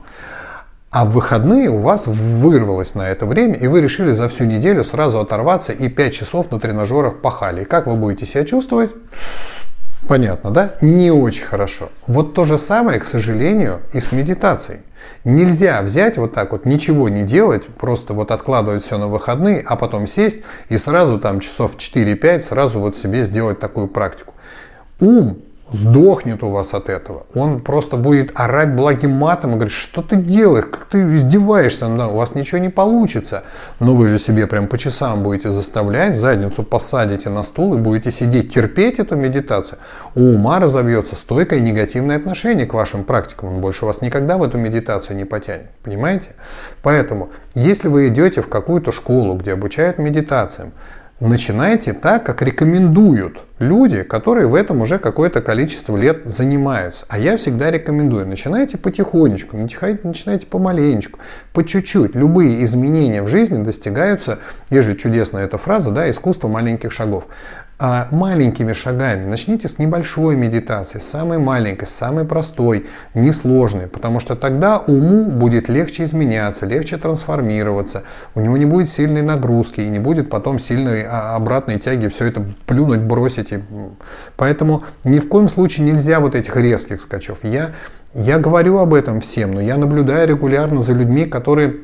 А в выходные у вас вырвалось на это время, и вы решили за всю неделю сразу оторваться и пять часов на тренажерах пахали. И как вы будете себя чувствовать? Понятно, да? Не очень хорошо. Вот то же самое, к сожалению, и с медитацией. Нельзя взять вот так вот, ничего не делать, просто вот откладывать все на выходные, а потом сесть и сразу там часов четыре-пять сразу вот себе сделать такую практику. Ум сдохнет у вас от этого. Он просто будет орать благим матом и говорит, что ты делаешь, как ты издеваешься, да, у вас ничего не получится. Но вы же себе прям по часам будете заставлять, задницу посадите на стул и будете сидеть, терпеть эту медитацию. У ума разовьется стойкое негативное отношение к вашим практикам. Он больше вас никогда в эту медитацию не потянет. Понимаете? Поэтому, если вы идете в какую-то школу, где обучают медитациям, начинайте так, как рекомендуют люди, которые в этом уже какое-то количество лет занимаются. А я всегда рекомендую. Начинайте потихонечку, начинайте помаленечку, по чуть-чуть. Любые изменения в жизни достигаются, есть же чудесная эта фраза, да, искусство маленьких шагов. А маленькими шагами начните с небольшой медитации, с самой маленькой, с самой простой, несложной, потому что тогда уму будет легче изменяться, легче трансформироваться, у него не будет сильной нагрузки и не будет потом сильной обратной тяги все это плюнуть, бросить. Поэтому ни в коем случае нельзя вот этих резких скачков. Я, я говорю об этом всем, но я наблюдаю регулярно за людьми, которые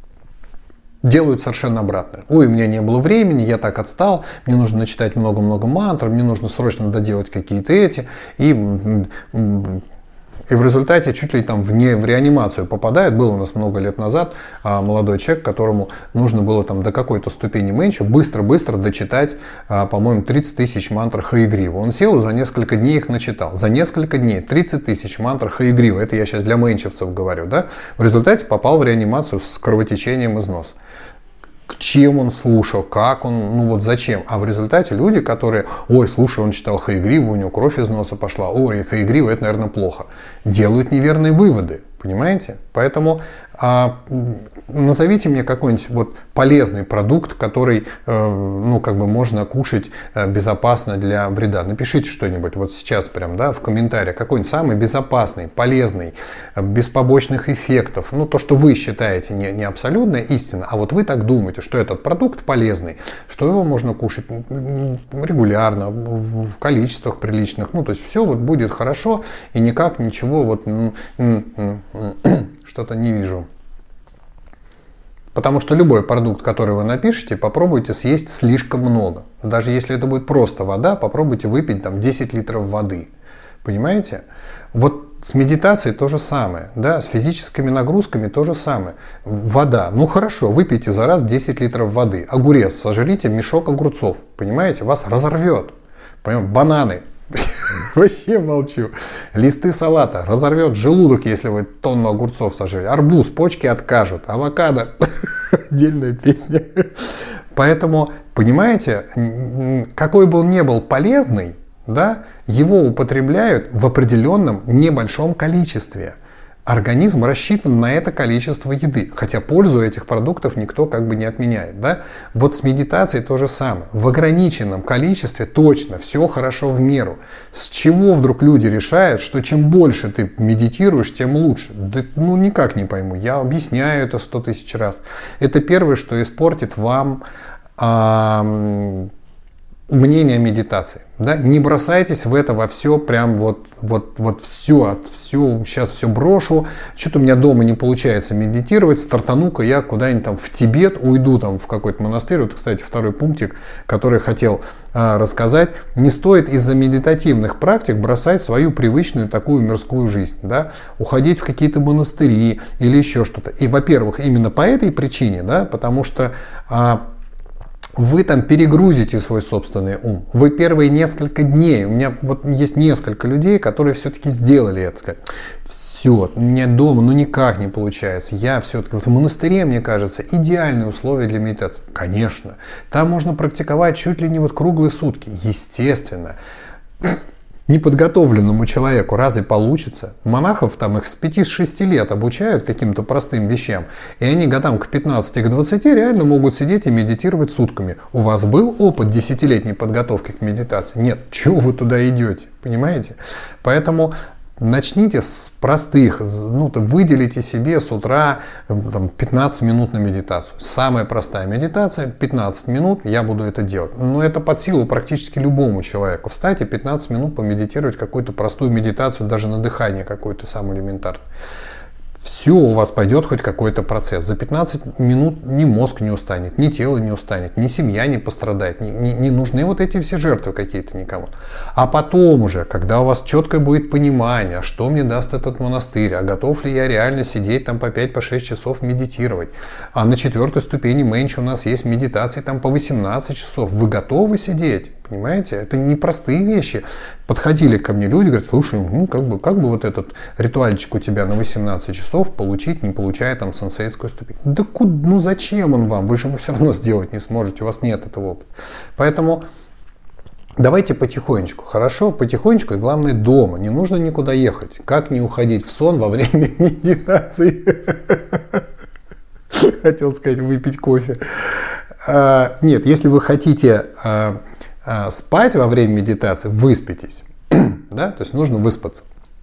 делают совершенно обратное. Ой, у меня не было времени, я так отстал, мне нужно начитать много-много мантр, мне нужно срочно доделать какие-то эти. И, и в результате чуть ли там в, не, в реанимацию попадает. Был у нас много лет назад а, молодой человек, которому нужно было там до какой-то ступени меньше быстро-быстро дочитать, а, по-моему, тридцать тысяч мантр Хаягрива. Он сел и за несколько дней их начитал. За несколько дней тридцать тысяч мантр Хаягрива. Это я сейчас для мэнчевцев говорю. Да? В результате попал в реанимацию с кровотечением из носа. Чем он слушал, как он, ну вот зачем. А в результате люди, которые, ой, слушай, он читал Хаягриву, у него кровь из носа пошла, ой, Хаягрива, это, наверное, плохо. Делают неверные выводы, понимаете? Поэтому а, назовите мне какой-нибудь вот полезный продукт, который, э, ну, как бы можно кушать э, безопасно для вреда. Напишите что-нибудь вот сейчас прям, да, в комментариях, какой-нибудь самый безопасный, полезный, э, без побочных эффектов. Ну, то, что вы считаете не, не абсолютная истина, а вот вы так думаете, что этот продукт полезный, что его можно кушать регулярно, в количествах приличных. Ну, то есть все вот будет хорошо и никак ничего вот что-то не вижу. Потому что любой продукт, который вы напишете, попробуйте съесть слишком много. Даже если это будет просто вода, попробуйте выпить там десять литров воды. Понимаете? Вот С медитацией то же самое, да, с физическими нагрузками то же самое. Вода. Ну хорошо, выпейте за раз десять литров воды. Огурец, сожрите мешок огурцов. Понимаете, вас разорвет. Понимаете? Бананы. Вообще молчу. Листы салата. Разорвет желудок, если вы тонну огурцов сожрали. Арбуз, почки откажут. Авокадо. Отдельная песня. Поэтому, понимаете, какой бы он ни был полезный, да, его употребляют в определенном небольшом количестве. Организм рассчитан на это количество еды, хотя пользу этих продуктов никто как бы не отменяет. Да? Вот с медитацией то же самое. В ограниченном количестве точно, все хорошо в меру. С чего вдруг люди решают, что чем больше ты медитируешь, тем лучше? Да, ну никак не пойму. Я объясняю это сто тысяч раз. Это первое, что испортит вам а, мнение о медитации. Да? Не бросайтесь в это во все, прям вот, вот, вот все, от все, сейчас все брошу, что-то у меня дома не получается медитировать, стартану-ка я куда-нибудь там в Тибет, уйду там в какой-то монастырь. Вот, кстати, второй пунктик, который хотел а, рассказать. Не стоит из-за медитативных практик бросать свою привычную такую мирскую жизнь, да? Уходить в какие-то монастыри или еще что-то. И, во-первых, именно по этой причине, да, потому что а, вы там перегрузите свой собственный ум. Вы первые несколько дней, у меня вот есть несколько людей, которые все-таки сделали это. Сказать, все, у меня дома ну никак не получается. Я все-таки вот в монастыре, мне кажется, идеальные условия для медитации. Конечно, там можно практиковать чуть ли не вот круглые сутки. Естественно. Неподготовленному человеку разве получится? Монахов там их с пяти-шести лет обучают каким-то простым вещам, и они годам к пятнадцати, к двадцати реально могут сидеть и медитировать сутками. У вас был опыт десятилетней подготовки к медитации? Нет. Чего вы туда идете? Понимаете? Поэтому начните с простых, ну, выделите себе с утра там, пятнадцать минут на медитацию. Самая простая медитация, пятнадцать минут, я буду это делать. Но это под силу практически любому человеку. Встать и пятнадцать минут помедитировать какую-то простую медитацию, даже на дыхание какой-то самый элементарный. Все, у вас пойдет хоть какой-то процесс. За пятнадцать минут ни мозг не устанет, ни тело не устанет, ни семья не пострадает, не, не, не нужны вот эти все жертвы какие-то никому. А потом уже, когда у вас четкое будет понимание, что мне даст этот монастырь, а готов ли я реально сидеть там по пять-шесть часов медитировать. А на четвертой ступени Мэнч у нас есть медитации там по восемнадцать часов. Вы готовы сидеть? Понимаете? Это непростые вещи. Подходили ко мне люди, говорят, слушай, ну как бы, как бы вот этот ритуальчик у тебя на восемнадцать часов получить, не получая там сенсейскую ступень. Да куда, ну зачем он вам? Вы же его все равно сделать не сможете, у вас нет этого опыта. Поэтому давайте потихонечку, хорошо? Потихонечку и главное дома. Не нужно никуда ехать. Как не уходить в сон во время медитации? Хотел сказать, выпить кофе. Нет, если вы хотите спать во время медитации, выспитесь. Да? То есть нужно выспаться.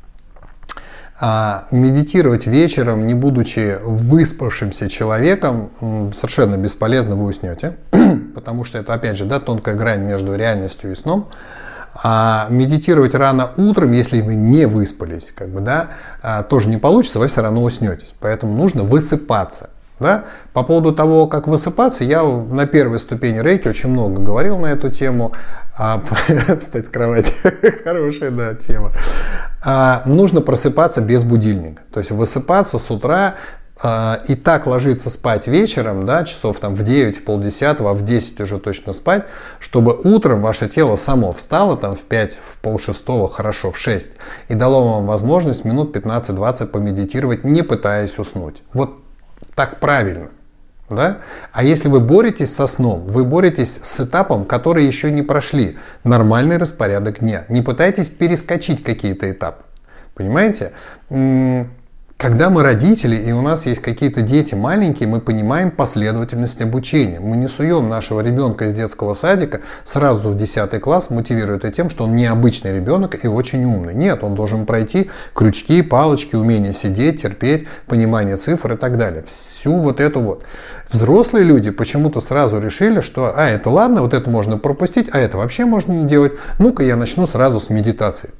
А медитировать вечером, не будучи выспавшимся человеком, совершенно бесполезно, вы уснете. Потому что это, опять же, да, тонкая грань между реальностью и сном. А медитировать рано утром, если вы не выспались, как бы, да, тоже не получится, вы все равно уснетесь. Поэтому нужно высыпаться. Да? По поводу того, как высыпаться, я на первой ступени рейки очень много говорил на эту тему. А, встать с кровати. Хорошая, да, тема. А, нужно просыпаться без будильника. То есть высыпаться с утра а, и так ложиться спать вечером, да, часов там в девять, в полдесятого, а в десять уже точно спать, чтобы утром ваше тело само встало там в пять, в полшестого, хорошо, в шесть, и дало вам возможность минут пятнадцать-двадцать помедитировать, не пытаясь уснуть. Вот так правильно, да? А если вы боретесь со сном, вы боретесь с этапом, который еще не прошли. Нормальный распорядок дня. Не пытайтесь перескочить какие-то этапы. Понимаете? Когда мы родители, и у нас есть какие-то дети маленькие, мы понимаем последовательность обучения. Мы не суем нашего ребенка из детского садика сразу в десятый класс, мотивируя это тем, что он необычный ребенок и очень умный. Нет, он должен пройти крючки, палочки, умение сидеть, терпеть, понимание цифр и так далее. Всю вот эту вот. Взрослые люди почему-то сразу решили, что а, это ладно, вот это можно пропустить, а это вообще можно не делать. Ну-ка я начну сразу с медитации.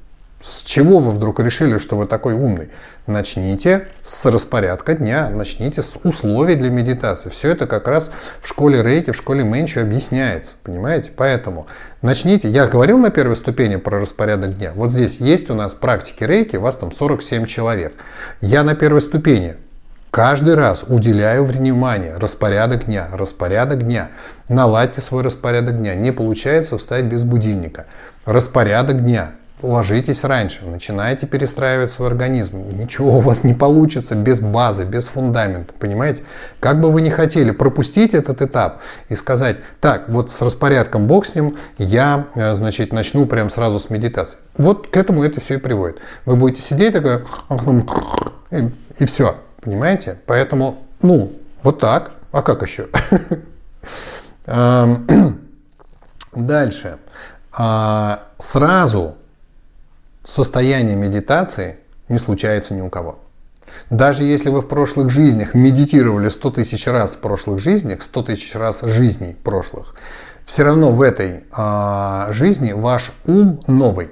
С чего вы вдруг решили, что вы такой умный? Начните с распорядка дня, начните с условий для медитации. Все это как раз в школе рейки, в школе Мэнчу объясняется, понимаете? Поэтому начните. Я говорил на первой ступени про распорядок дня. Вот здесь есть у нас практики рейки, у вас там сорок семь человек. Я на первой ступени каждый раз уделяю внимание. Распорядок дня, распорядок дня. Наладьте свой распорядок дня. Не получается встать без будильника. Распорядок дня. Ложитесь раньше, начинайте перестраивать свой организм. Ничего у вас не получится без базы, без фундамента, понимаете? Как бы вы ни хотели пропустить этот этап и сказать, так, вот с распорядком бог с ним, я, значит, начну прям сразу с медитации. Вот к этому это все и приводит. Вы будете сидеть такое, и, и все, понимаете? Поэтому, ну, вот так. А как еще? Дальше. Сразу состояние медитации не случается ни у кого. Даже если вы в прошлых жизнях медитировали сто тысяч раз в прошлых жизнях, сто тысяч раз жизней прошлых, все равно в этой а, жизни ваш ум новый,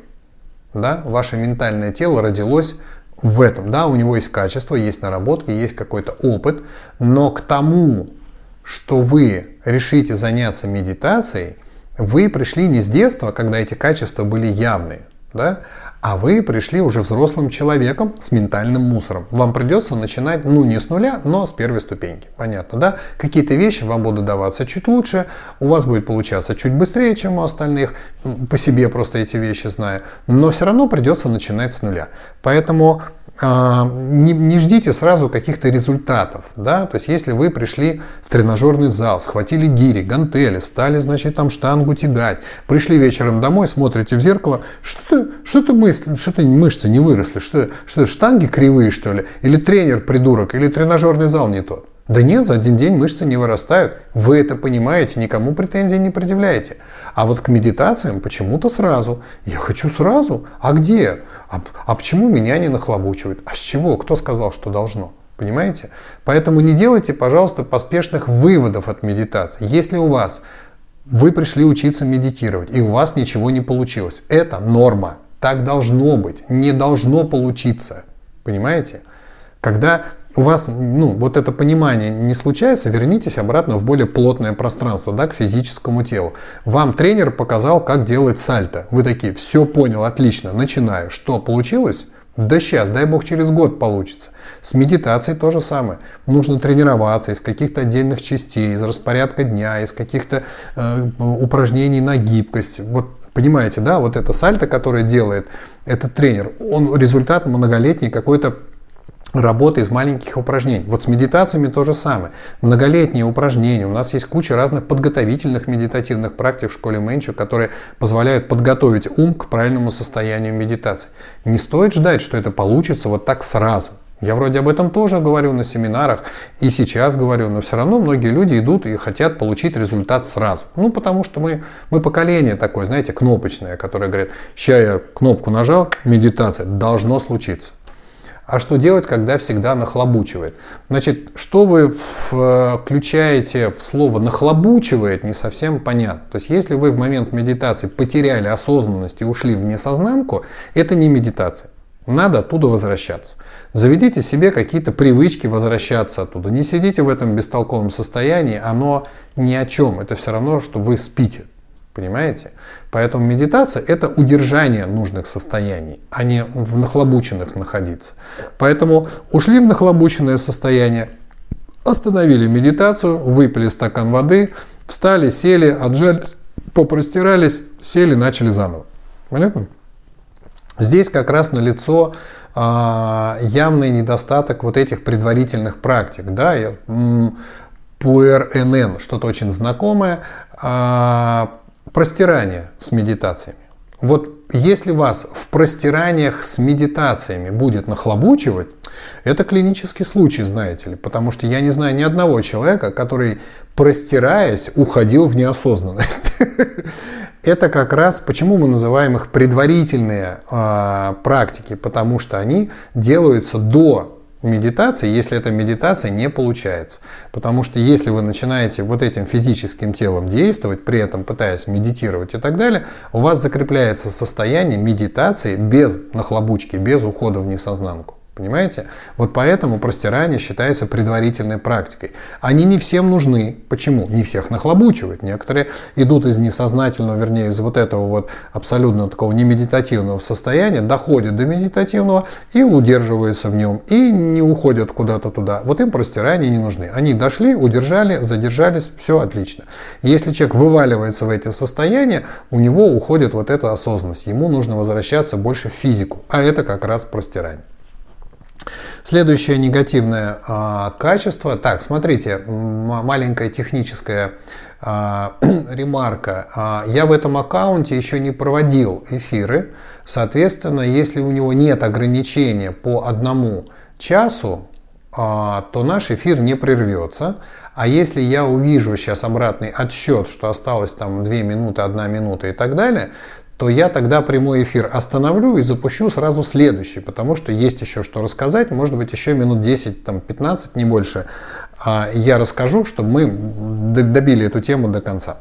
да, ваше ментальное тело родилось в этом. Да, у него есть качество, есть наработки, есть какой-то опыт, но к тому, что вы решите заняться медитацией, вы пришли не с детства, когда эти качества были явны, да, а вы пришли уже взрослым человеком с ментальным мусором. Вам придется начинать, ну, не с нуля, но с первой ступеньки. Понятно, да? Какие-то вещи вам будут даваться чуть лучше, у вас будет получаться чуть быстрее, чем у остальных, по себе просто эти вещи знаю, но все равно придется начинать с нуля. Поэтому э, не, не ждите сразу каких-то результатов, да? То есть, если вы пришли в тренажерный зал, схватили гири, гантели, стали, значит, там штангу тягать, пришли вечером домой, смотрите в зеркало, что ты, что ты мыслишь? Что-то мышцы не выросли, что, что штанги кривые, что ли? Или тренер придурок, или тренажерный зал не тот? Да нет, за один день мышцы не вырастают. Вы это понимаете, никому претензий не предъявляете. А вот к медитациям почему-то сразу. Я хочу сразу. А где? А, а почему меня не нахлобучивают? А с чего? Кто сказал, что должно? Понимаете? Поэтому не делайте, пожалуйста, поспешных выводов от медитации. Если у вас, вы пришли учиться медитировать, и у вас ничего не получилось, это норма. Так должно быть, не должно получиться, понимаете? Когда у вас, ну, вот это понимание не случается, вернитесь обратно в более плотное пространство, да, к физическому телу. Вам тренер показал, как делать сальто. Вы такие, все понял, отлично, начинаю. Что, получилось? Да сейчас, дай бог, через год получится. С медитацией то же самое. Нужно тренироваться из каких-то отдельных частей, из распорядка дня, из каких-то э, упражнений на гибкость. Вот. Понимаете, да, вот это сальто, которое делает этот тренер, он результат многолетней какой-то работы из маленьких упражнений. Вот с медитациями то же самое. Многолетние упражнения. У нас есть куча разных подготовительных медитативных практик в школе Мэнчу, которые позволяют подготовить ум к правильному состоянию медитации. Не стоит ждать, что это получится вот так сразу. Я вроде об этом тоже говорю на семинарах и сейчас говорю, но все равно многие люди идут и хотят получить результат сразу. Ну, потому что мы, мы поколение такое, знаете, кнопочное, которое говорит, ща я кнопку нажал, медитация, должно случиться. А что делать, когда всегда нахлобучивает? Значит, что вы включаете в слово «нахлобучивает», не совсем понятно. То есть, если вы в момент медитации потеряли осознанность и ушли в несознанку, это не медитация. Надо оттуда возвращаться. Заведите себе какие-то привычки возвращаться оттуда. Не сидите в этом бестолковом состоянии, оно ни о чем. Это все равно, что вы спите. Понимаете? Поэтому медитация – это удержание нужных состояний, а не в нахлобученных находиться. Поэтому ушли в нахлобученное состояние, остановили медитацию, выпили стакан воды, встали, сели, отжались, попростирались, сели, начали заново. Понятно? Здесь как раз налицо а, явный недостаток вот этих предварительных практик. Да? Пуэр-эн-эн, что-то очень знакомое, а, простирание с медитациями. Вот если вас в простираниях с медитациями будет нахлобучивать, это клинический случай, знаете ли, потому что я не знаю ни одного человека, который, простираясь, уходил в неосознанность. Это как раз, почему мы называем их предварительные э, практики, потому что они делаются до медитации, если эта медитация не получается. Потому что если вы начинаете вот этим физическим телом действовать, при этом пытаясь медитировать и так далее, у вас закрепляется состояние медитации без нахлобучки, без ухода в несознанку. Понимаете? Вот поэтому простирание считается предварительной практикой. Они не всем нужны. Почему? Не всех нахлобучивают. Некоторые идут из несознательного, вернее, из вот этого вот абсолютно такого немедитативного состояния, доходят до медитативного и удерживаются в нем, и не уходят куда-то туда. Вот им простирания не нужны. Они дошли, удержали, задержались, все отлично. Если человек вываливается в эти состояния, у него уходит вот эта осознанность. Ему нужно возвращаться больше в физику. А это как раз простирание. Следующее негативное а, качество. Так, смотрите, маленькая техническая а, ремарка. А, я в этом аккаунте еще не проводил эфиры. Соответственно, если у него нет ограничения по одному часу, а, то наш эфир не прервется. А если я увижу сейчас обратный отсчет, что осталось там две минуты, одна минута и так далее, то я тогда прямой эфир остановлю и запущу сразу следующий, потому что есть еще что рассказать, может быть, еще минут десять-пятнадцать, не больше, я расскажу, чтобы мы добили эту тему до конца.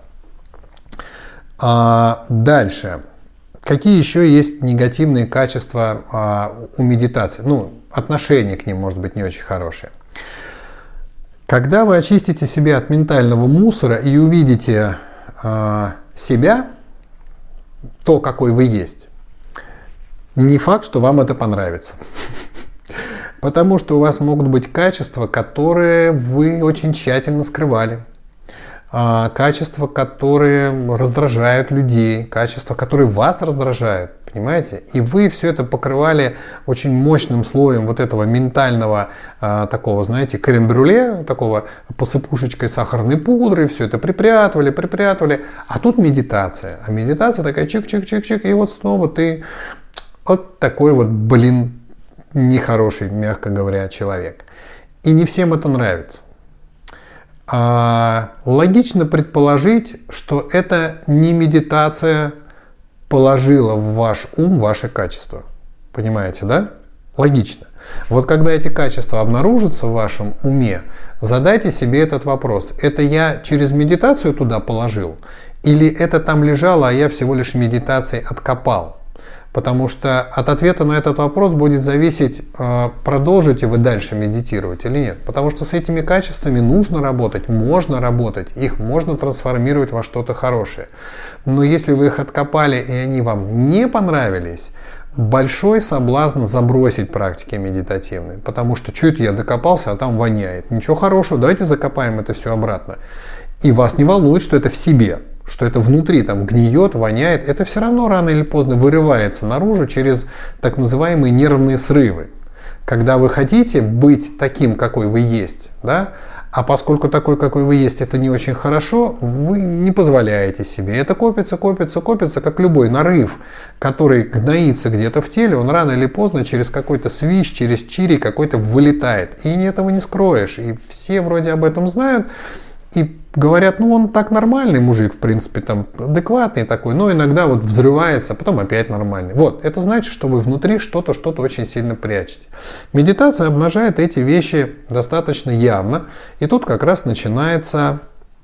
Дальше. Какие еще есть негативные качества у медитации? Ну, отношение к ним может быть не очень хорошее. Когда вы очистите себя от ментального мусора и увидите себя, то, какой вы есть, не факт, что вам это понравится. Потому что у вас могут быть качества, которые вы очень тщательно скрывали. Качества, которые раздражают людей, качества, которые вас раздражают, понимаете? И вы все это покрывали очень мощным слоем вот этого ментального такого, знаете, крем-брюле, такого посыпушечкой сахарной пудры, все это припрятывали, припрятывали. А тут медитация. А медитация такая чик-чик-чик-чик, и вот снова ты вот такой вот, блин, нехороший, мягко говоря, человек. И не всем это нравится. А, логично предположить, что это не медитация положила в ваш ум ваши качества. Понимаете, да? Логично. Вот когда эти качества обнаружатся в вашем уме, задайте себе этот вопрос. Это я через медитацию туда положил? Или это там лежало, а я всего лишь медитацией откопал? Потому что от ответа на этот вопрос будет зависеть, продолжите вы дальше медитировать или нет. Потому что с этими качествами нужно работать, можно работать, их можно трансформировать во что-то хорошее. Но если вы их откопали и они вам не понравились, большой соблазн забросить практики медитативные. Потому что что это я докопался, а там воняет. Ничего хорошего, давайте закопаем это все обратно. И вас не волнует, что это в себе. Что это внутри там гниет, воняет, это все равно рано или поздно вырывается наружу через так называемые нервные срывы. Когда вы хотите быть таким, какой вы есть, да, а поскольку такой, какой вы есть, это не очень хорошо, вы не позволяете себе. Это копится, копится, копится, как любой нарыв, который гноится где-то в теле, он рано или поздно через какой-то свищ, через чири какой-то вылетает. И этого не скроешь. И все вроде об этом знают. И говорят, ну он так нормальный мужик, в принципе, там адекватный такой, но иногда вот взрывается, потом опять нормальный. Вот, это значит, что вы внутри что-то, что-то очень сильно прячете. Медитация обнажает эти вещи достаточно явно, и тут как раз начинается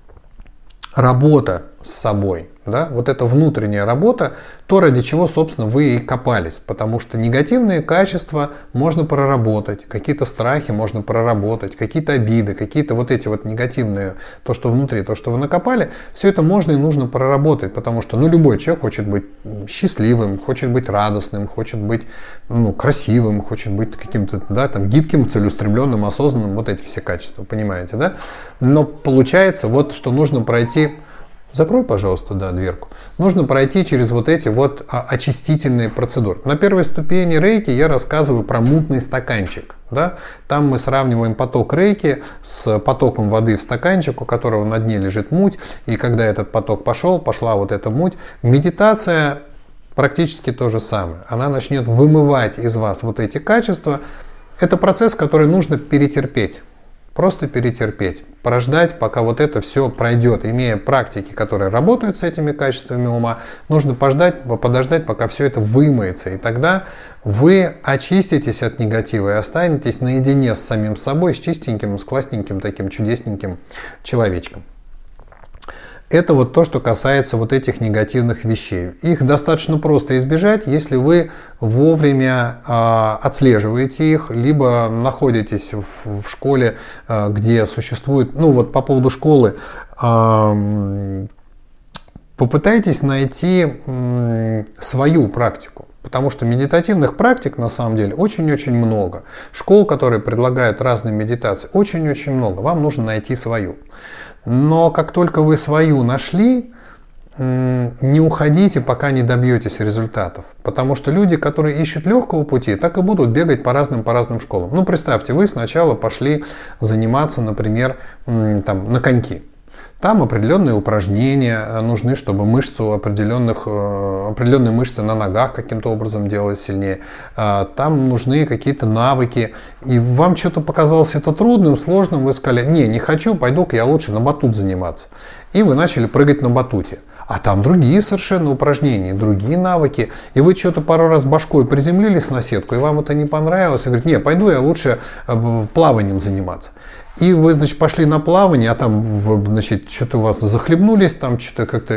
работа с собой. Да? Вот эта внутренняя работа, то, ради чего, собственно, вы и копались. Потому что негативные качества можно проработать, какие-то страхи можно проработать, какие-то обиды, какие-то вот эти вот негативные, то, что внутри, то, что вы накопали, все это можно и нужно проработать. Потому что ну, любой человек хочет быть счастливым, хочет быть радостным, хочет быть ну, красивым, хочет быть каким-то да, там, гибким, целеустремленным, осознанным. Вот эти все качества, понимаете, да? Но получается, вот что нужно пройти. Закрой, пожалуйста, да, дверку. Нужно пройти через вот эти вот очистительные процедуры. На первой ступени рейки я рассказываю про мутный стаканчик. Да? Там мы сравниваем поток рейки с потоком воды в стаканчик, у которого на дне лежит муть. И когда этот поток пошел, пошла вот эта муть. Медитация практически то же самое. Она начнет вымывать из вас вот эти качества. Это процесс, который нужно перетерпеть. Просто перетерпеть, прождать, пока вот это все пройдет. Имея практики, которые работают с этими качествами ума, нужно пождать, подождать, пока все это вымоется. И тогда вы очиститесь от негатива и останетесь наедине с самим собой, с чистеньким, с классненьким, таким чудесненьким человечком. Это вот то, что касается вот этих негативных вещей. Их достаточно просто избежать, если вы вовремя э, отслеживаете их, либо находитесь в, в школе, э, где существует, ну вот по поводу школы, э, попытайтесь найти э, свою практику. Потому что медитативных практик на самом деле очень-очень много. Школ, которые предлагают разные медитации, очень-очень много. Вам нужно найти свою. Но как только вы свою нашли, не уходите, пока не добьетесь результатов. Потому что люди, которые ищут легкого пути, так и будут бегать по разным, по разным школам. Ну, представьте, вы сначала пошли заниматься, например, там, на коньки. Там определенные упражнения нужны, чтобы мышцу определенных, определенные мышцы на ногах каким-то образом делать сильнее. Там нужны какие-то навыки. И вам что-то показалось это трудным, сложным. Вы сказали, не, не хочу, пойду-ка я лучше на батут заниматься. И вы начали прыгать на батуте. А там другие совершенно упражнения, другие навыки. И вы что-то пару раз башкой приземлились на сетку, и вам это не понравилось. И говорите, не, пойду я лучше плаванием заниматься. И вы, значит, пошли на плавание, а там, значит, что-то у вас захлебнулись, там что-то как-то...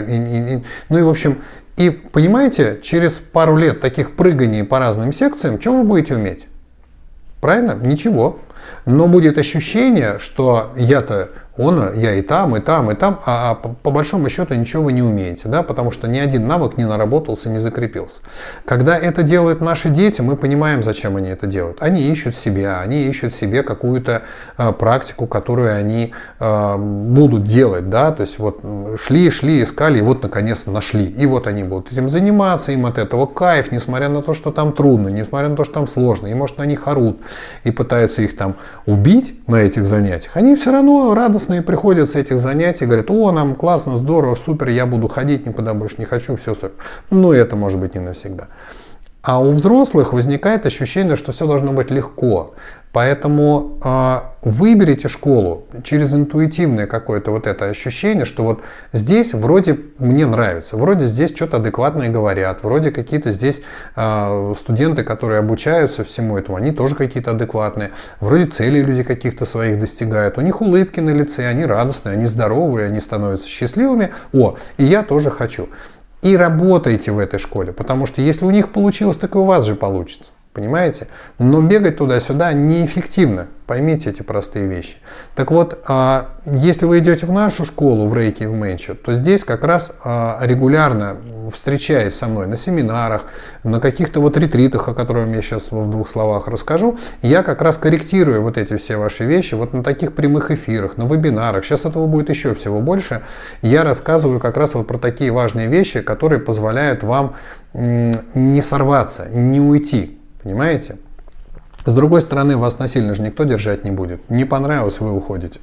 Ну и, в общем, и, понимаете, через пару лет таких прыганий по разным секциям, что вы будете уметь? Правильно? Ничего. Но будет ощущение, что я-то, он, я и там, и там, и там, а по, по большому счету ничего вы не умеете, да, потому что ни один навык не наработался, не закрепился. Когда это делают наши дети, мы понимаем, зачем они это делают. Они ищут себя, они ищут себе какую-то э, практику, которую они э, будут делать, да, то есть вот шли, шли, искали, и вот наконец-то нашли. И вот они будут этим заниматься, им от этого кайф, несмотря на то, что там трудно, несмотря на то, что там сложно, и может на них орут, и пытаются их там убить на этих занятиях, они все равно радостные приходят с этих занятий, говорят, о, нам классно, здорово, супер, я буду ходить, никуда больше не хочу, все супер. Но это может быть не навсегда. А у взрослых возникает ощущение, что все должно быть легко. Поэтому э, выберите школу через интуитивное какое-то вот это ощущение, что вот здесь вроде мне нравится, вроде здесь что-то адекватное говорят, вроде какие-то здесь э, студенты, которые обучаются всему этому, они тоже какие-то адекватные, вроде целей люди каких-то своих достигают, у них улыбки на лице, они радостные, они здоровые, они становятся счастливыми. О, и я тоже хочу. И работайте в этой школе, потому что если у них получилось, так и у вас же получится. Понимаете? Но бегать туда-сюда неэффективно. Поймите эти простые вещи. Так вот, если вы идете в нашу школу, в рейки, в менчу, то здесь как раз регулярно, встречаясь со мной на семинарах, на каких-то вот ретритах, о которых я сейчас в двух словах расскажу, я как раз корректирую вот эти все ваши вещи вот на таких прямых эфирах, на вебинарах. Сейчас этого будет еще всего больше. Я рассказываю как раз вот про такие важные вещи, которые позволяют вам не сорваться, не уйти. Понимаете? С другой стороны, вас насильно же никто держать не будет. Не понравилось, вы уходите.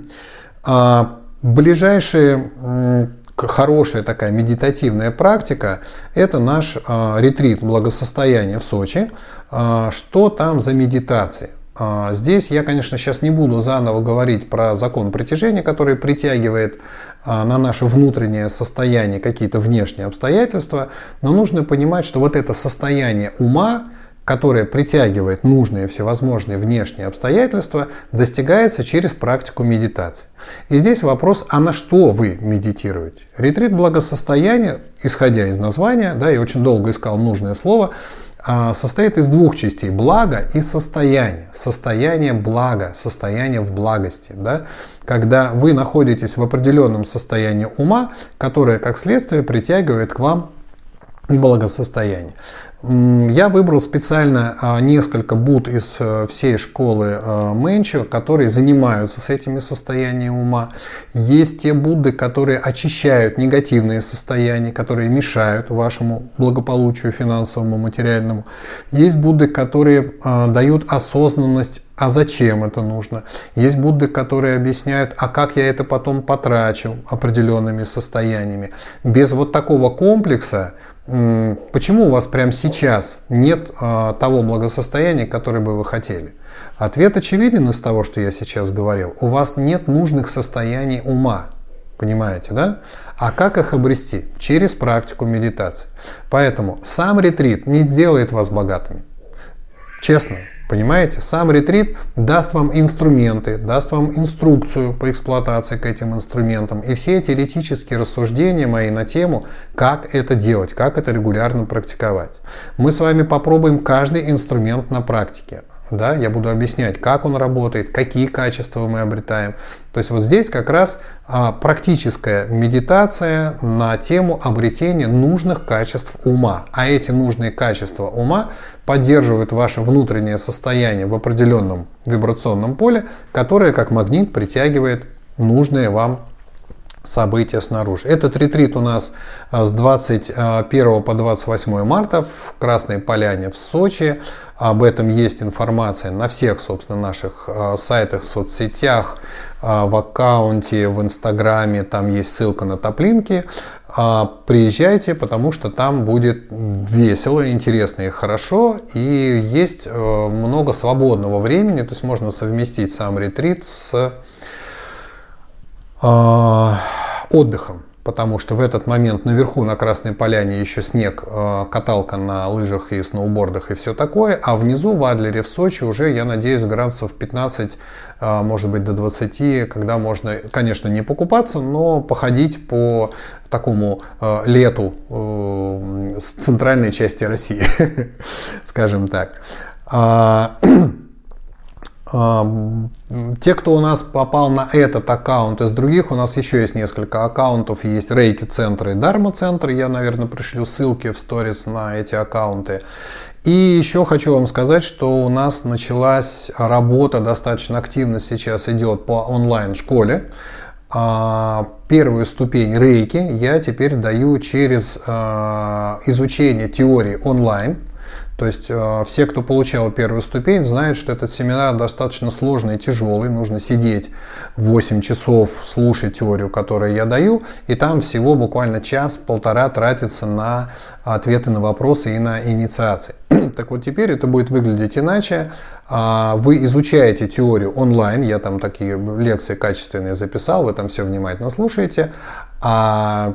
а, ближайшая хорошая такая медитативная практика – это наш а, ретрит благосостояния в Сочи. А, что там за медитации? А, здесь я, конечно, сейчас не буду заново говорить про закон притяжения, который притягивает а, на наше внутреннее состояние какие-то внешние обстоятельства, но нужно понимать, что вот это состояние ума, которое притягивает нужные всевозможные внешние обстоятельства, достигается через практику медитации. И здесь вопрос, а на что вы медитируете? Ретрит благосостояния, исходя из названия, да, я очень долго искал нужное слово, состоит из двух частей – благо и состояние. Состояние блага, состояние в благости. Да? Когда вы находитесь в определенном состоянии ума, которое, как следствие, притягивает к вам благосостояние. Я выбрал специально несколько Будд из всей школы Мэнчо, которые занимаются с этими состояниями ума. Есть те Будды, которые очищают негативные состояния, которые мешают вашему благополучию финансовому, материальному. Есть Будды, которые дают осознанность, а зачем это нужно. Есть Будды, которые объясняют, а как я это потом потрачу определенными состояниями. Без вот такого комплекса почему у вас прямо сейчас нет а, того благосостояния, которое бы вы хотели? Ответ очевиден из того, что я сейчас говорил. У вас нет нужных состояний ума. Понимаете, да? А как их обрести? Через практику медитации. Поэтому сам ретрит не сделает вас богатыми. Честно. Понимаете? Сам ретрит даст вам инструменты, даст вам инструкцию по эксплуатации к этим инструментам. И все теоретические рассуждения мои на тему, как это делать, как это регулярно практиковать. Мы с вами попробуем каждый инструмент на практике. Да, я буду объяснять, как он работает, какие качества мы обретаем. То есть вот здесь как раз а, практическая медитация на тему обретения нужных качеств ума. А эти нужные качества ума поддерживают ваше внутреннее состояние в определенном вибрационном поле, которое как магнит притягивает нужные вам события снаружи. Этот ретрит у нас с двадцать первого по двадцать восьмое марта в Красной Поляне в Сочи. Об этом есть информация на всех, собственно, наших сайтах, соцсетях, в аккаунте, в Инстаграме. Там есть ссылка на топлинки. Приезжайте, потому что там будет весело, интересно и хорошо. И есть много свободного времени. То есть можно совместить сам ретрит с отдыхом, потому что в этот момент наверху на Красной Поляне еще снег, каталка на лыжах и сноубордах и все такое, а внизу в Адлере в Сочи уже, я надеюсь, градусов пятнадцать, может быть до двадцати, когда можно, конечно, не покупаться, но походить по такому лету с центральной части России, скажем так. Те, кто у нас попал на этот аккаунт, из других у нас еще есть несколько аккаунтов, есть рейки-центры и дарма-центры, я, наверное, пришлю ссылки в сторис на эти аккаунты. И еще хочу вам сказать, что у нас началась работа, достаточно активно сейчас идет по онлайн-школе. Первую ступень рейки я теперь даю через изучение теории онлайн. То есть э, все, кто получал первую ступень, знают, что этот семинар достаточно сложный и тяжелый. Нужно сидеть восемь часов, слушать теорию, которую я даю. И там всего буквально час-полтора тратится на ответы на вопросы и на инициации. Так вот теперь это будет выглядеть иначе. Вы изучаете теорию онлайн. Я там такие лекции качественные записал. Вы там все внимательно слушаете. А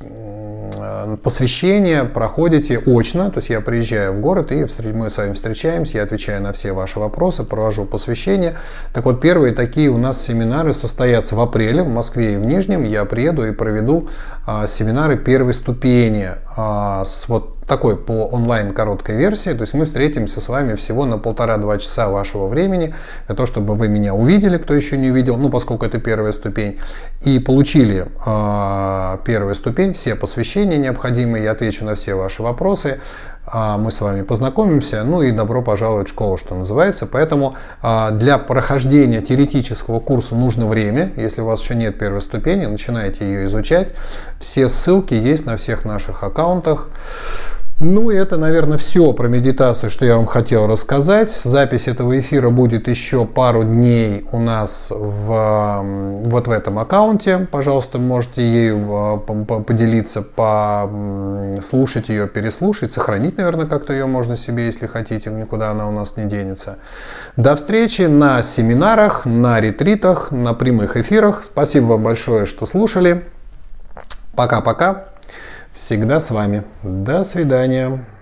посвящение проходите очно, то есть я приезжаю в город и мы с вами встречаемся, я отвечаю на все ваши вопросы, провожу посвящение. Так вот, первые такие у нас семинары состоятся в апреле в Москве и в Нижнем. Я приеду и проведу а, семинары первой ступени а, с вот такой по онлайн короткой версии. То есть мы встретимся с вами всего на полтора-два часа вашего времени для того, чтобы вы меня увидели, кто еще не увидел, ну поскольку это первая ступень, и получили э, первую ступень, все посвящения необходимые, я отвечу на все ваши вопросы. Мы с вами познакомимся, ну и добро пожаловать в школу, что называется. Поэтому для прохождения теоретического курса нужно время. Если у вас еще нет первой ступени, начинайте ее изучать. Все ссылки есть на всех наших аккаунтах. Ну и это, наверное, все про медитацию, что я вам хотел рассказать. Запись этого эфира будет еще пару дней у нас в, вот в этом аккаунте. Пожалуйста, можете ею поделиться, послушать ее, переслушать, сохранить, наверное, как-то ее можно себе, если хотите, никуда она у нас не денется. До встречи на семинарах, на ретритах, на прямых эфирах. Спасибо вам большое, что слушали. Пока-пока. Всегда с вами. До свидания.